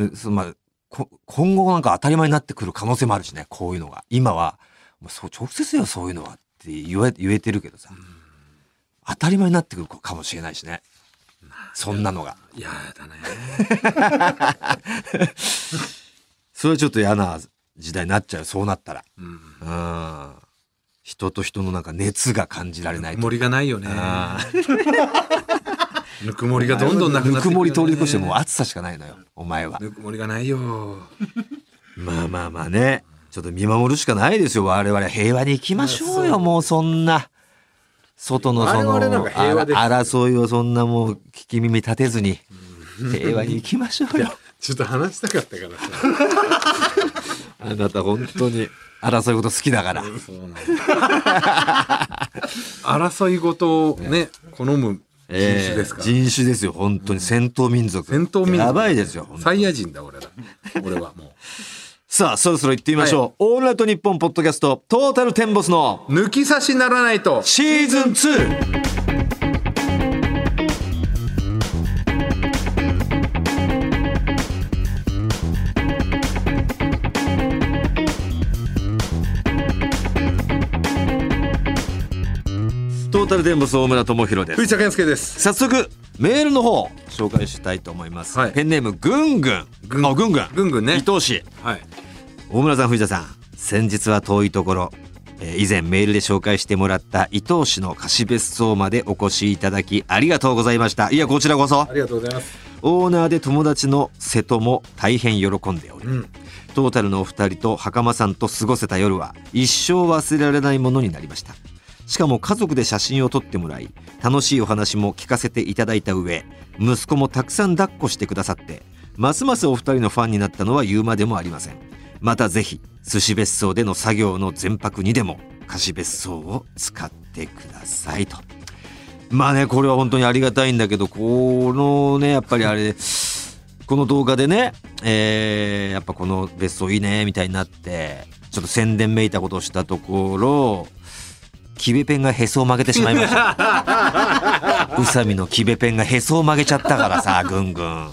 Speaker 1: でそまあこ今後なんか当たり前になってくる可能性もあるしね。こういうのが今はもうそう直接よそういうのはって言え言えてるけどさ、うん、当たり前になってくるかもしれないしね。そんなのが。
Speaker 2: いやだね。
Speaker 1: それはちょっと嫌な時代になっちゃうそうなったら。うん。うん人と人のなんか熱が感じられない
Speaker 2: ぬくもりがないよねぬくもりがどんどんなくなってくるよね。ぬく
Speaker 1: もり通り越してもう暑さしかないのよお前は。
Speaker 2: ぬくもりがないよ
Speaker 1: まあまあまあねちょっと見守るしかないですよ我々平和に行きましょうよもうそんな外のその争いをそんなもう聞き耳立てずに平和に行きましょうよ
Speaker 2: ちょっと話したかったから
Speaker 1: さあなた本当に争い事好きだから、うん、そうなん
Speaker 2: 争い事をね好む人種ですから、
Speaker 1: えー、人種ですよ本当に戦闘民族、
Speaker 2: 戦闘民族
Speaker 1: やばいですよ
Speaker 2: サイヤ人だ俺ら俺はもう
Speaker 1: さあそろそろ行ってみましょう、はい、オールナイトニッポンポッドキャストトータルテンボスの
Speaker 2: 抜き差しならないと
Speaker 1: シーズンツートータルテンボス大村智弘です。
Speaker 2: 藤田健介です。
Speaker 1: 早速メールの方紹介したいと思います、はい、ペンネームぐんぐん
Speaker 2: ぐんぐんぐんぐんね
Speaker 1: 伊藤氏、はい、大村さん藤田さん先日は遠いところ、えー、以前メールで紹介してもらった伊東市の貸別荘までお越しいただきありがとうございました。いやこちらこそ
Speaker 2: ありがとうございます。
Speaker 1: オーナーで友達の瀬戸も大変喜んでおり、うん、トータルのお二人と袴さんと過ごせた夜は一生忘れられないものになりました。しかも家族で写真を撮ってもらい楽しいお話も聞かせていただいた上、息子もたくさん抱っこしてくださってますますお二人のファンになったのは言うまでもありません。またぜひ寿司別荘での作業の全泊にでも貸別荘を使ってくださいと。まあねこれは本当にありがたいんだけど、このねやっぱりあれこの動画でね、えー、やっぱこの別荘いいねみたいになってちょっと宣伝めいたことをしたところ、キベペンがへそを曲げてしまいました宇佐美のキベペンがへそを曲げちゃったからさ、ぐんぐん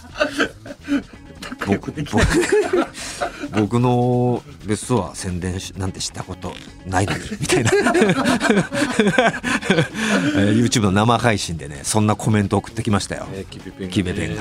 Speaker 1: 僕, 僕, 僕の別荘は宣伝なんてしたことないのにみたいなYouTube の生配信でねそんなコメント送ってきましたよ、えー、キベペンが、キベペンが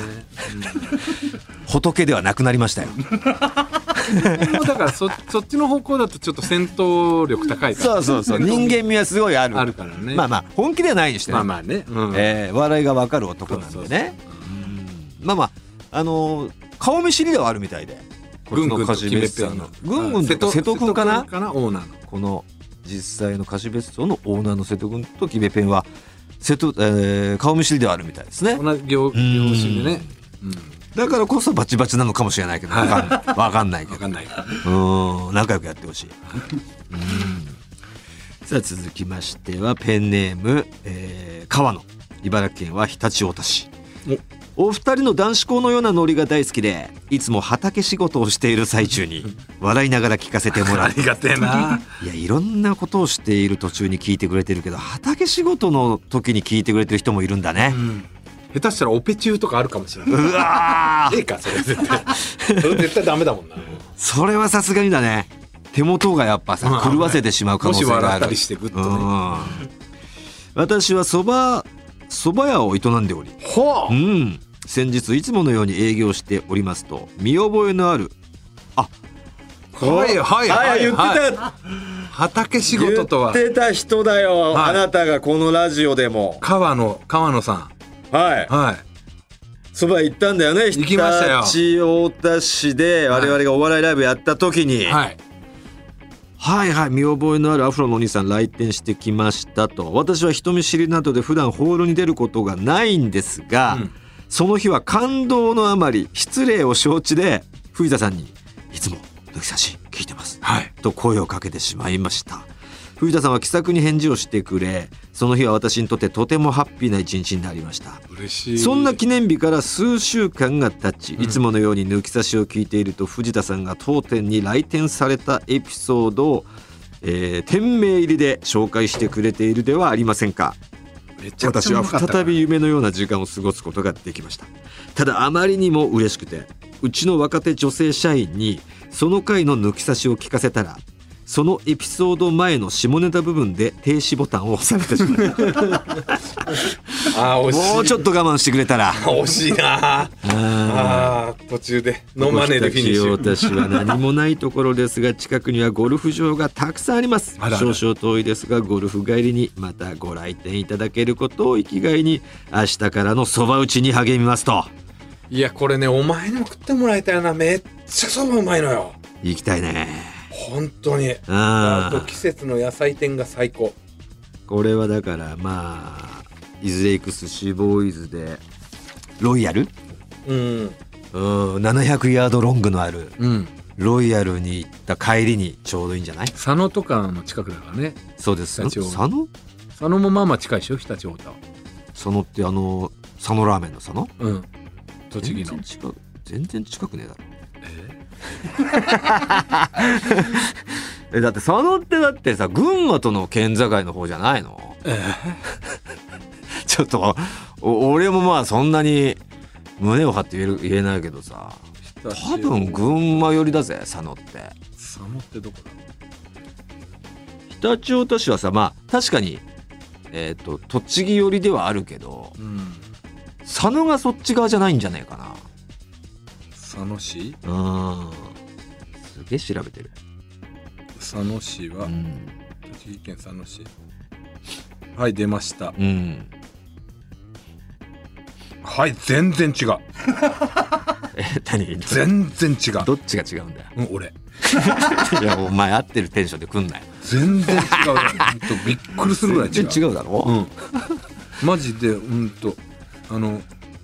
Speaker 1: 仏ではなくなりましたよ
Speaker 2: だから そ, そっちの方向だとちょっと戦闘力高いから、
Speaker 1: そうそうそう人間味はすごいある
Speaker 2: あるからね。
Speaker 1: まあまあ本気ではないにしてね、
Speaker 2: まあまあね、うん
Speaker 1: えー、笑いが分かる男なんでね、まあまああのー、顔見知りではあるみたいで、
Speaker 2: ぐんぐんとキベペンの
Speaker 1: ぐんぐんと瀬戸くんかな、
Speaker 2: オーナーの
Speaker 1: この実際の貸別荘のオーナーの瀬戸くんとキベペンは瀬戸、えー、顔見知りではあるみたいですね。
Speaker 2: 同じ業種でね、うん、
Speaker 1: だからこそバチバチなのかもしれないけど分かんない分かんないけど
Speaker 2: 分かんない
Speaker 1: うん仲良くやってほしいうんさあ続きましてはペンネーム、えー、川野、茨城県は常陸太田市。お二人の男子校のようなノリが大好きで、いつも畑仕事をしている最中に笑いながら聞かせてもらう。
Speaker 2: ありがてえな。
Speaker 1: いやいろんなことをしている途中に聞いてくれてるけど、畑仕事の時に聞いてくれてる人もいるんだね、うん、
Speaker 2: 下手したらオペ中とかあるかもしれない。うわーええかそれ絶対それ絶対ダメだもんな。
Speaker 1: それはさすがにだね。手元がやっぱさ狂わせてしまう可能性がある。
Speaker 2: もし笑ったりしてグッとね、うん、
Speaker 1: 私はそば蕎麦屋を営んでおり、
Speaker 2: はあ、
Speaker 1: うん、先日いつものように営業しておりますと見覚えのあるあ
Speaker 2: はいはいはい、はい、
Speaker 1: 言ってた、
Speaker 2: はい、畑仕事とは
Speaker 1: 言ってた人だよ、はい、あなたがこのラジオでも
Speaker 2: 川野川野さん
Speaker 1: はいはい蕎麦行ったんだよね。
Speaker 2: 行きましたよ。
Speaker 1: 常陸太田市で我々がお笑いライブやった時に、はい、はいはい見覚えのあるアフロのお兄さん来店してきましたと。私は人見知りなどで普段ホールに出ることがないんですが、うん、その日は感動のあまり失礼を承知で藤田さんにいつも抜き差し聞いてます、はい、と声をかけてしまいました。藤田さんは気さくに返事をしてくれ、その日は私にとってとてもハッピーな一日になりました。
Speaker 2: 嬉しい。
Speaker 1: そんな記念日から数週間が経ち、いつものように抜き差しを聞いていると藤田さんが当店に来店されたエピソードを、えー、店名入りで紹介してくれているではありませんか。
Speaker 2: めちゃくちゃうまかった。
Speaker 1: 私は再び夢のような時間を過ごすことができました。ただあまりにも嬉しくて、うちの若手女性社員にその回の抜き差しを聞かせたら、そのエピソード前の下ネタ部分で停止ボタンを押されてしまいあ惜しい。もうちょっと我慢してくれたら。
Speaker 2: 惜しいなああ途中でノーマネーでフィニッシュ。
Speaker 1: 私は何もないところですが近くにはゴルフ場がたくさんあります。
Speaker 2: あらあら
Speaker 1: 少々遠いですがゴルフ帰りにまたご来店いただけることを生きがいに明日からのそば打ちに励みますと。
Speaker 2: いやこれねお前にも食ってもらいたいな。めっちゃそばうまいのよ。
Speaker 1: 行きたいね
Speaker 2: 本当に。あと季節の野菜店が最高。
Speaker 1: これはだからまあいずれ行く寿司ボーイズでロイヤル、うんうん、ななひゃくヤードロングのある、うん、ロイヤルに行った帰りにちょうどいいんじゃない。
Speaker 2: 佐野とかの近くだからね。
Speaker 1: そうです。佐野
Speaker 2: 佐野もまあまあ近いでしょ常陸太田。
Speaker 1: 佐野ってあの佐野ラーメンの佐野。
Speaker 2: うん栃木の。
Speaker 1: 全然近く全然近くねえだろ。えだって佐野ってだってさ群馬との県境の方じゃないの、えー、ちょっと俺もまあそんなに胸を張って言える言えないけどさ多分群馬寄りだぜ佐野って。
Speaker 2: 佐野ってどこだ。
Speaker 1: 常陸太田市はさまあ確かに、えー、と栃木寄りではあるけど、うん、佐野がそっち側じゃないんじゃないかな。
Speaker 2: 佐野市。
Speaker 1: うんすげえ調べてる。
Speaker 2: 佐野市は、
Speaker 1: うん、
Speaker 2: 栃木県佐野市。はい、出ました。
Speaker 1: うん、
Speaker 2: はい、全然違う。
Speaker 1: え、何？
Speaker 2: 全然違う。
Speaker 1: どっちが違うんだよ。
Speaker 2: うん、俺。
Speaker 1: いや、お前合ってるテンションで来んなよ。
Speaker 2: 全然違う。ほんとびっくりするぐらい違う。
Speaker 1: 全然違うだろ。
Speaker 2: うん。マジで、うんと、あの。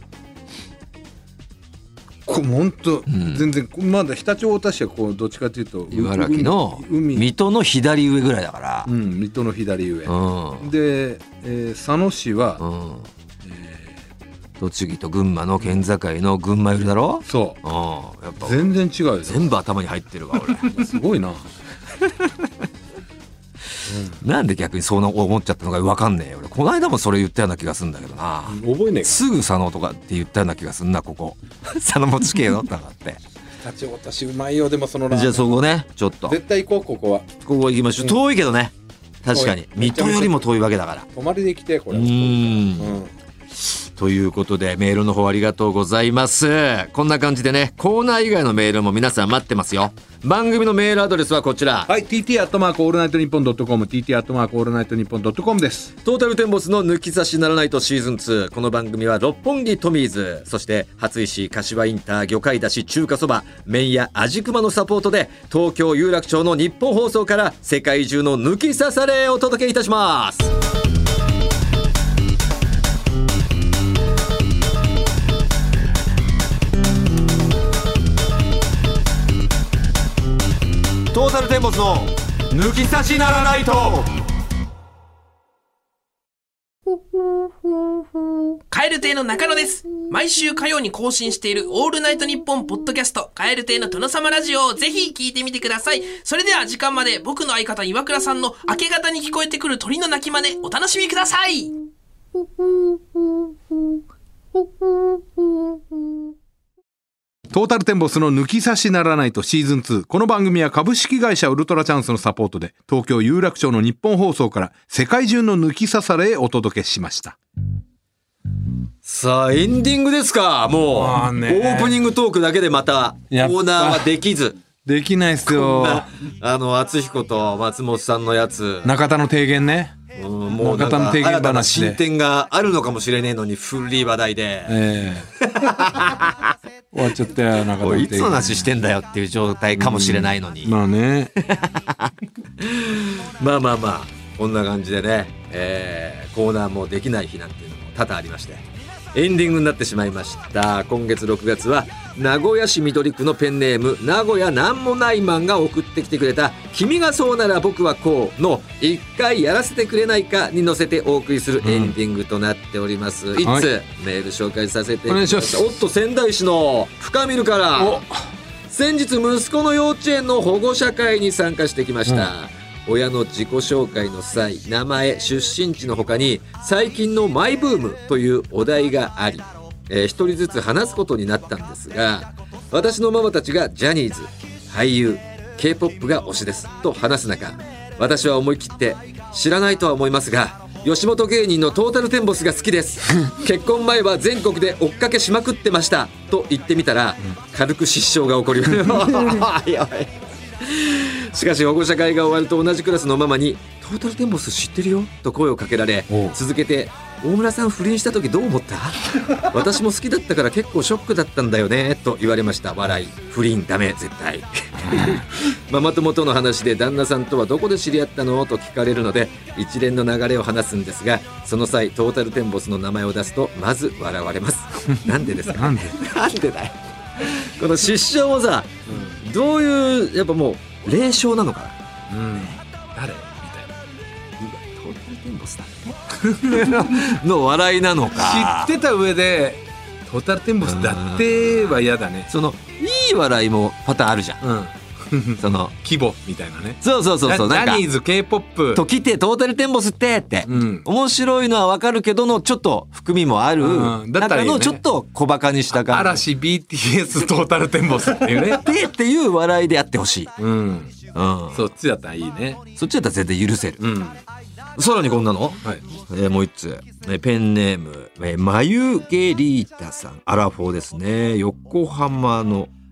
Speaker 2: こほんと、うん、全然まだ常陸太田市はこうどっちかというと
Speaker 1: 茨城の水戸の左上ぐらいだから、
Speaker 2: うん、水戸の左上、うん、で、えー、佐野市は、うん、
Speaker 1: えー、栃木と群馬の県境の群馬寄りだろ。
Speaker 2: そう、
Speaker 1: うん、やっぱ
Speaker 2: 全然違うよ。
Speaker 1: 全部頭に入ってるわ俺。
Speaker 2: すごいな。
Speaker 1: うん、なんで逆にそう思っちゃったのか分かんねえよ俺。この間もそれ言ったような気がするんだけどな、
Speaker 2: うん、覚えねえか。
Speaker 1: すぐ佐野とかって言ったような気がするな。ここ佐野もつけよってなって
Speaker 2: 常陸太田市うまいよ。でもそのラーメン
Speaker 1: じゃあそこねちょっと
Speaker 2: 絶対行こう。ここは
Speaker 1: ここ行きましょう、うん、遠いけどね確かに水戸よりも遠いわけだから
Speaker 2: 泊まりで来てこれ。う
Speaker 1: ーん、うんということでメールの方ありがとうございます。こんな感じでねコーナー以外のメールも皆さん待ってますよ。番組のメールアドレスはこちら、
Speaker 2: はい、ティーティー アットマークオールナイトニッポンドットコム ティーティー アットマークオールナイトニッポンドットコムです。
Speaker 1: トータルテンボスの抜き差しならないとシーズンツー。この番組は六本木トミーズ、そして初石柏インター魚介だし中華そば麺屋味熊のサポートで東京有楽町の日本放送から世界中の抜き差されをお届けいたします。トータルテンボスの抜き差しならないと。
Speaker 3: 蛙亭の中野です。毎週火曜に更新しているオールナイトニッポンポッドキャスト蛙亭の殿様ラジオをぜひ聞いてみてください。それでは時間まで僕の相方岩倉さんの明け方に聞こえてくる鳥の鳴き真似お楽しみください。
Speaker 2: トータルテンボスの抜き差しならないとシーズンツー。この番組は株式会社ウルトラチャンスのサポートで東京有楽町の日本放送から世界中の抜き差されへお届けしました。
Speaker 1: さあエンディングですか。もう、まあね、オープニングトークだけでまたコーナーはできず
Speaker 2: できないっすよ。
Speaker 1: あの敦彦と松本さんのやつ
Speaker 2: 中田の提言ね、
Speaker 1: うん、もうなんか新たな進展があるのかもしれねえのに古い話題で、えー、
Speaker 2: 終わっちゃったよ。中田の提言
Speaker 1: いつの話してんだよっていう状態かもしれないのに、
Speaker 2: うん、まあね
Speaker 1: まあまあまあこんな感じでね、えー、コーナーもできない日なんていうのも多々ありましてエンディングになってしまいました。今月ろくがつは名古屋市緑区のペンネーム名古屋なんもないマンが送ってきてくれた君がそうなら僕はこうの一回やらせてくれないかに乗せてお送りするエンディングとなっております、うん、いつ、はい、メール紹介させて
Speaker 2: お願いします。
Speaker 1: おっと仙台市の深見るから先日息子の幼稚園の保護者会に参加してきました、うん、親の自己紹介の際名前出身地の他に最近のマイブームというお題があり、えー、一人ずつ話すことになったんですが私のママたちがジャニーズ俳優 K-ポップ が推しですと話す中私は思い切って知らないとは思いますが吉本芸人のトータルテンボスが好きです結婚前は全国で追っかけしまくってましたと言ってみたら軽く失笑が起こりやばいしかし保護者会が終わると同じクラスのママにトータルテンボス知ってるよと声をかけられ続けて大村さん不倫した時どう思った私も好きだったから結構ショックだったんだよねと言われました。笑い。不倫ダメ絶対ママ友との話で旦那さんとはどこで知り合ったのと聞かれるので一連の流れを話すんですがその際トータルテンボスの名前を出すとまず笑われますなんでですか
Speaker 2: なんで
Speaker 1: なんでだよこの失笑もさ、うん、どういうやっぱもう霊障なのかな、うん、誰みたいなトータルテンボスだっての笑いなのか
Speaker 2: 知ってた上でトータルテンボスだっては嫌だね。
Speaker 1: そのいい笑いもパターンあるじゃん、うん、その
Speaker 2: 規模みたいなね。
Speaker 1: そうそうそうそう
Speaker 2: ジャニーズ K-ポップ
Speaker 1: と来てトータルテンボスってって、うん、面白いのは分かるけどのちょっと含みもある、うん、だったらいいよね、中のちょっと小バカにした感じ
Speaker 2: 嵐 ビーティーエス トータルテンボスっていうね
Speaker 1: でっていう笑いでやってほしい、
Speaker 2: うんうん、そっちだったらいいね。
Speaker 1: そっちだったら絶対許せる、うん、さらにこんなの、はいえー、もう一つペンネーム、えー、眉毛リータさんアラフォーですね。横浜の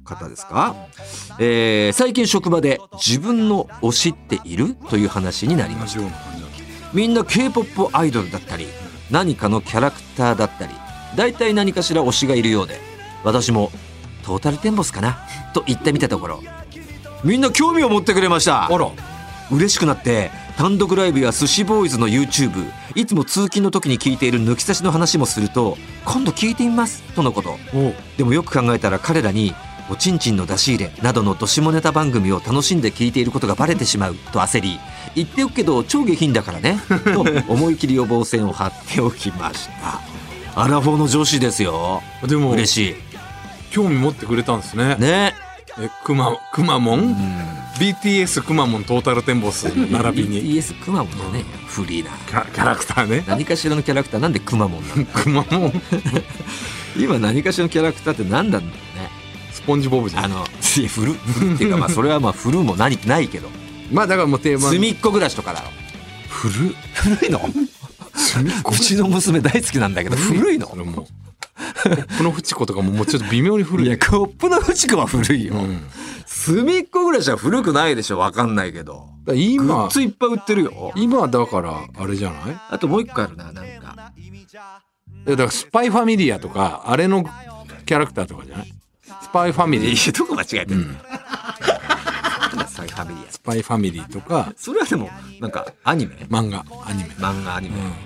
Speaker 1: 方ですか、えー、最近職場で自分の推しっているという話になりました。みんな K-ポップ アイドルだったり何かのキャラクターだったり大体何かしら推しがいるようで、私もトータルテンボスかなと言ってみたところ、みんな興味を持ってくれました。
Speaker 2: あら、
Speaker 1: 嬉しくなって単独ライブや寿司ボーイズの YouTube、 いつも通勤の時に聞いている抜き差しの話もすると、今度聞いてみますとのこと。でもよく考えたら彼らにおちんちんの出し入れなどのどしもネタ番組を楽しんで聞いていることがバレてしまうと焦り、言っておくけど超下品だからねと思い切り予防線を張っておきました。アラフォーの女子ですよ。
Speaker 2: でも
Speaker 1: 嬉しい。
Speaker 2: 興味持ってくれたんですね。
Speaker 1: ね、
Speaker 2: えくまくまモン、うん、ビーティーエス くまモントータルテンボス並びに
Speaker 1: ビーティーエス くまモンだね、フリーな
Speaker 2: キャラクターね。
Speaker 1: 何かしらのキャラクターなんでくまモンなの
Speaker 2: くまモン
Speaker 1: 今何かしらのキャラクターって何なんだろうね。
Speaker 2: スポンジボブじゃん。
Speaker 1: あのいやフルフルっていうかまあそれはまあフルも何ないけど、
Speaker 2: まあだからもう定番
Speaker 1: 隅っこ暮らしとかだろ。
Speaker 2: 古
Speaker 1: 古いのうちの娘大好きなんだけど古いの。
Speaker 2: それもコップのフチコとかももうちょっと微妙に古い。
Speaker 1: いやコップのフチコは古いよ、うん、隅っこ暮らしは古くないでしょ。わかんないけど
Speaker 2: 今
Speaker 1: グッズいっぱい売ってるよ。
Speaker 2: 今だからあれじゃない。
Speaker 1: あともう一個あるな、なんか
Speaker 2: だからスパイファミリアとかあれのキャラクターとかじゃない。スパイファミリー
Speaker 1: どこ間違えてる、うん、スパイファミリー
Speaker 2: スパイファミリーとか。
Speaker 1: それはでもなんかアニメ
Speaker 2: 漫画アニメ
Speaker 1: 漫画アニメ、うんうん、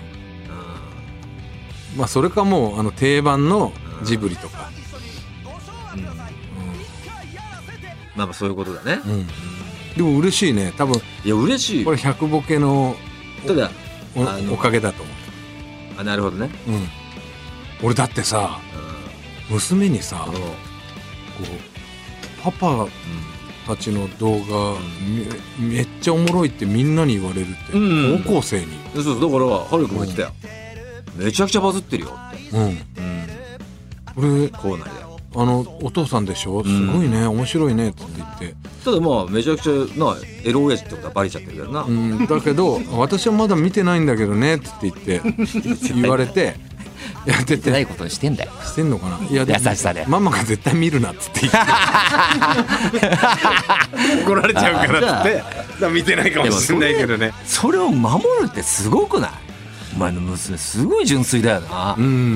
Speaker 2: まあそれかもうあの定番のジブリとか、うんうんうん、
Speaker 1: まあまあそういうことだね、うんうん、
Speaker 2: でも嬉しいね多分。
Speaker 1: いや嬉しい。
Speaker 2: これひゃくボケの
Speaker 1: ただ
Speaker 2: お, おかげだと思う。
Speaker 1: あ、なるほどね、
Speaker 2: うん、俺だってさ、うん、娘にさ、こうパパたちの動画、うん、め, めっちゃおもろいってみんなに言われるって、うん、高校生に。
Speaker 1: そうそう、だからはるくんも言ってたよ、うん、めちゃくちゃバズってるよって。うん、うん、
Speaker 2: 俺
Speaker 1: 校内で
Speaker 2: あのお父さんでしょ、すごいね、うん、面白いねって言って。
Speaker 1: ただまあめちゃくちゃなエロ親父ってことはバレちゃってるけどな、
Speaker 2: うん、だけど私はまだ見てないんだけどねって言って言われてやってて
Speaker 1: ないことにしてんだよ。
Speaker 2: してんのかな。いや
Speaker 1: 優しさで
Speaker 2: ママが絶対見るなっつって言って怒られちゃうからっつって見てないかもしれないけどね。
Speaker 1: それを守るってすごくない？お前の娘すごい純粋だよな。
Speaker 2: うん、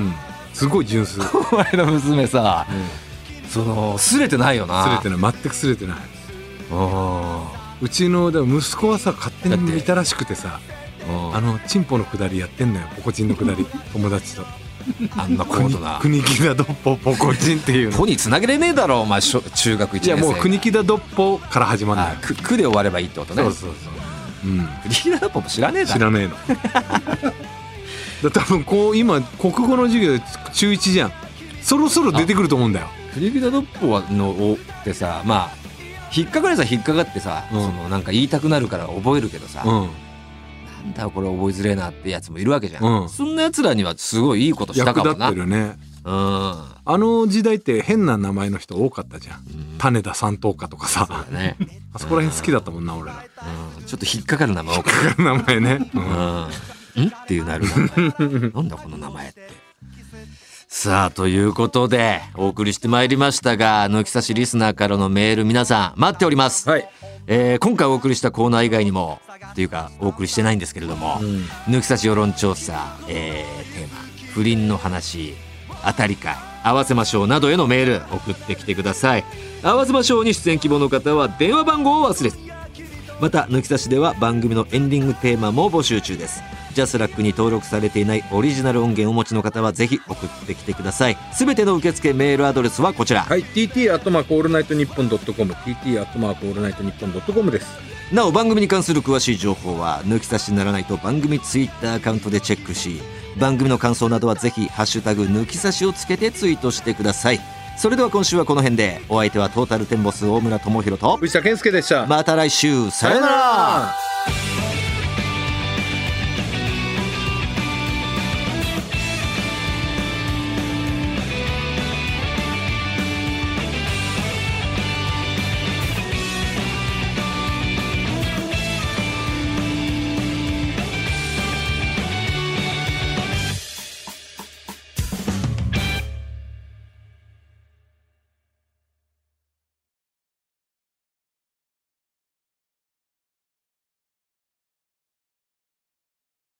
Speaker 2: すごい純粋。
Speaker 1: お前の娘さ、うん、そのすれてないよな。
Speaker 2: すれてない、全くすれてない。あ、うちの息子はさ勝手に見たらしくてさ、あのチンポのくだりやってんのよ、ポコチンのくだり友達と。
Speaker 1: あんな高度な
Speaker 2: 国木田ドッポポコチンっていうの。
Speaker 1: ポにつなげれねえだろお前中学いちねん生。
Speaker 2: いやもう国木田ドッポから始まるんだよ。
Speaker 1: くくで終わればいいってことね。
Speaker 2: そうそうそう、うん、
Speaker 1: 国木田ドッポも知らねえだろ。
Speaker 2: 知らねえのだ多分こう今国語の授業で中いちじゃん、そろそろ出てくると思うんだよ。
Speaker 1: 国木田ドッポはのってさ、まあ引っかかるさ引っかかってさ、うん、そのなんか言いたくなるから覚えるけどさ、うん、なんだこれ覚えづれえなってやつもいるわけじゃん、うん、そんなやつらにはすごいいいことしたかもな。
Speaker 2: 役立ってるね、うん、あの時代って変な名前の人多かったじゃん、うん、種田三等家とかさ。そうだね、あそこら辺好きだったもんな俺ら、
Speaker 1: うん、ちょっと引っかかる名前多かった。
Speaker 2: 引っかかる名前ね、うん
Speaker 1: うん、んっていうなる名前なんだこの名前って。さあということでお送りしてまいりましたが、抜き差しリスナーからのメール皆さん待っております、はい。えー、今回お送りしたコーナー以外にもというかお送りしてないんですけれども、うん、抜き差し世論調査、えー、テーマ不倫の話、当たり会、合わせましょうなどへのメール送ってきてください。合わせましょうに出演希望の方は電話番号を忘れず。また抜き差しでは番組のエンディングテーマも募集中です。ジャスラックに登録されていないオリジナル音源をお持ちの方はぜひ送ってきてください。すべての受付メールアドレスはこちら、
Speaker 2: はい、ティーティー アットマークオールナイトニッポンドットコム ティーティー アットマークオールナイトニッポンドットコムです。
Speaker 1: なお番組に関する詳しい情報は抜き差しにならないと番組ツイッターアカウントでチェックし、番組の感想などはぜひハッシュタグ抜き差しをつけてツイートしてください。それでは今週はこの辺で、お相手はトータルテンボス大村智広と
Speaker 2: 藤田健介でした。
Speaker 1: また来週、さよなら。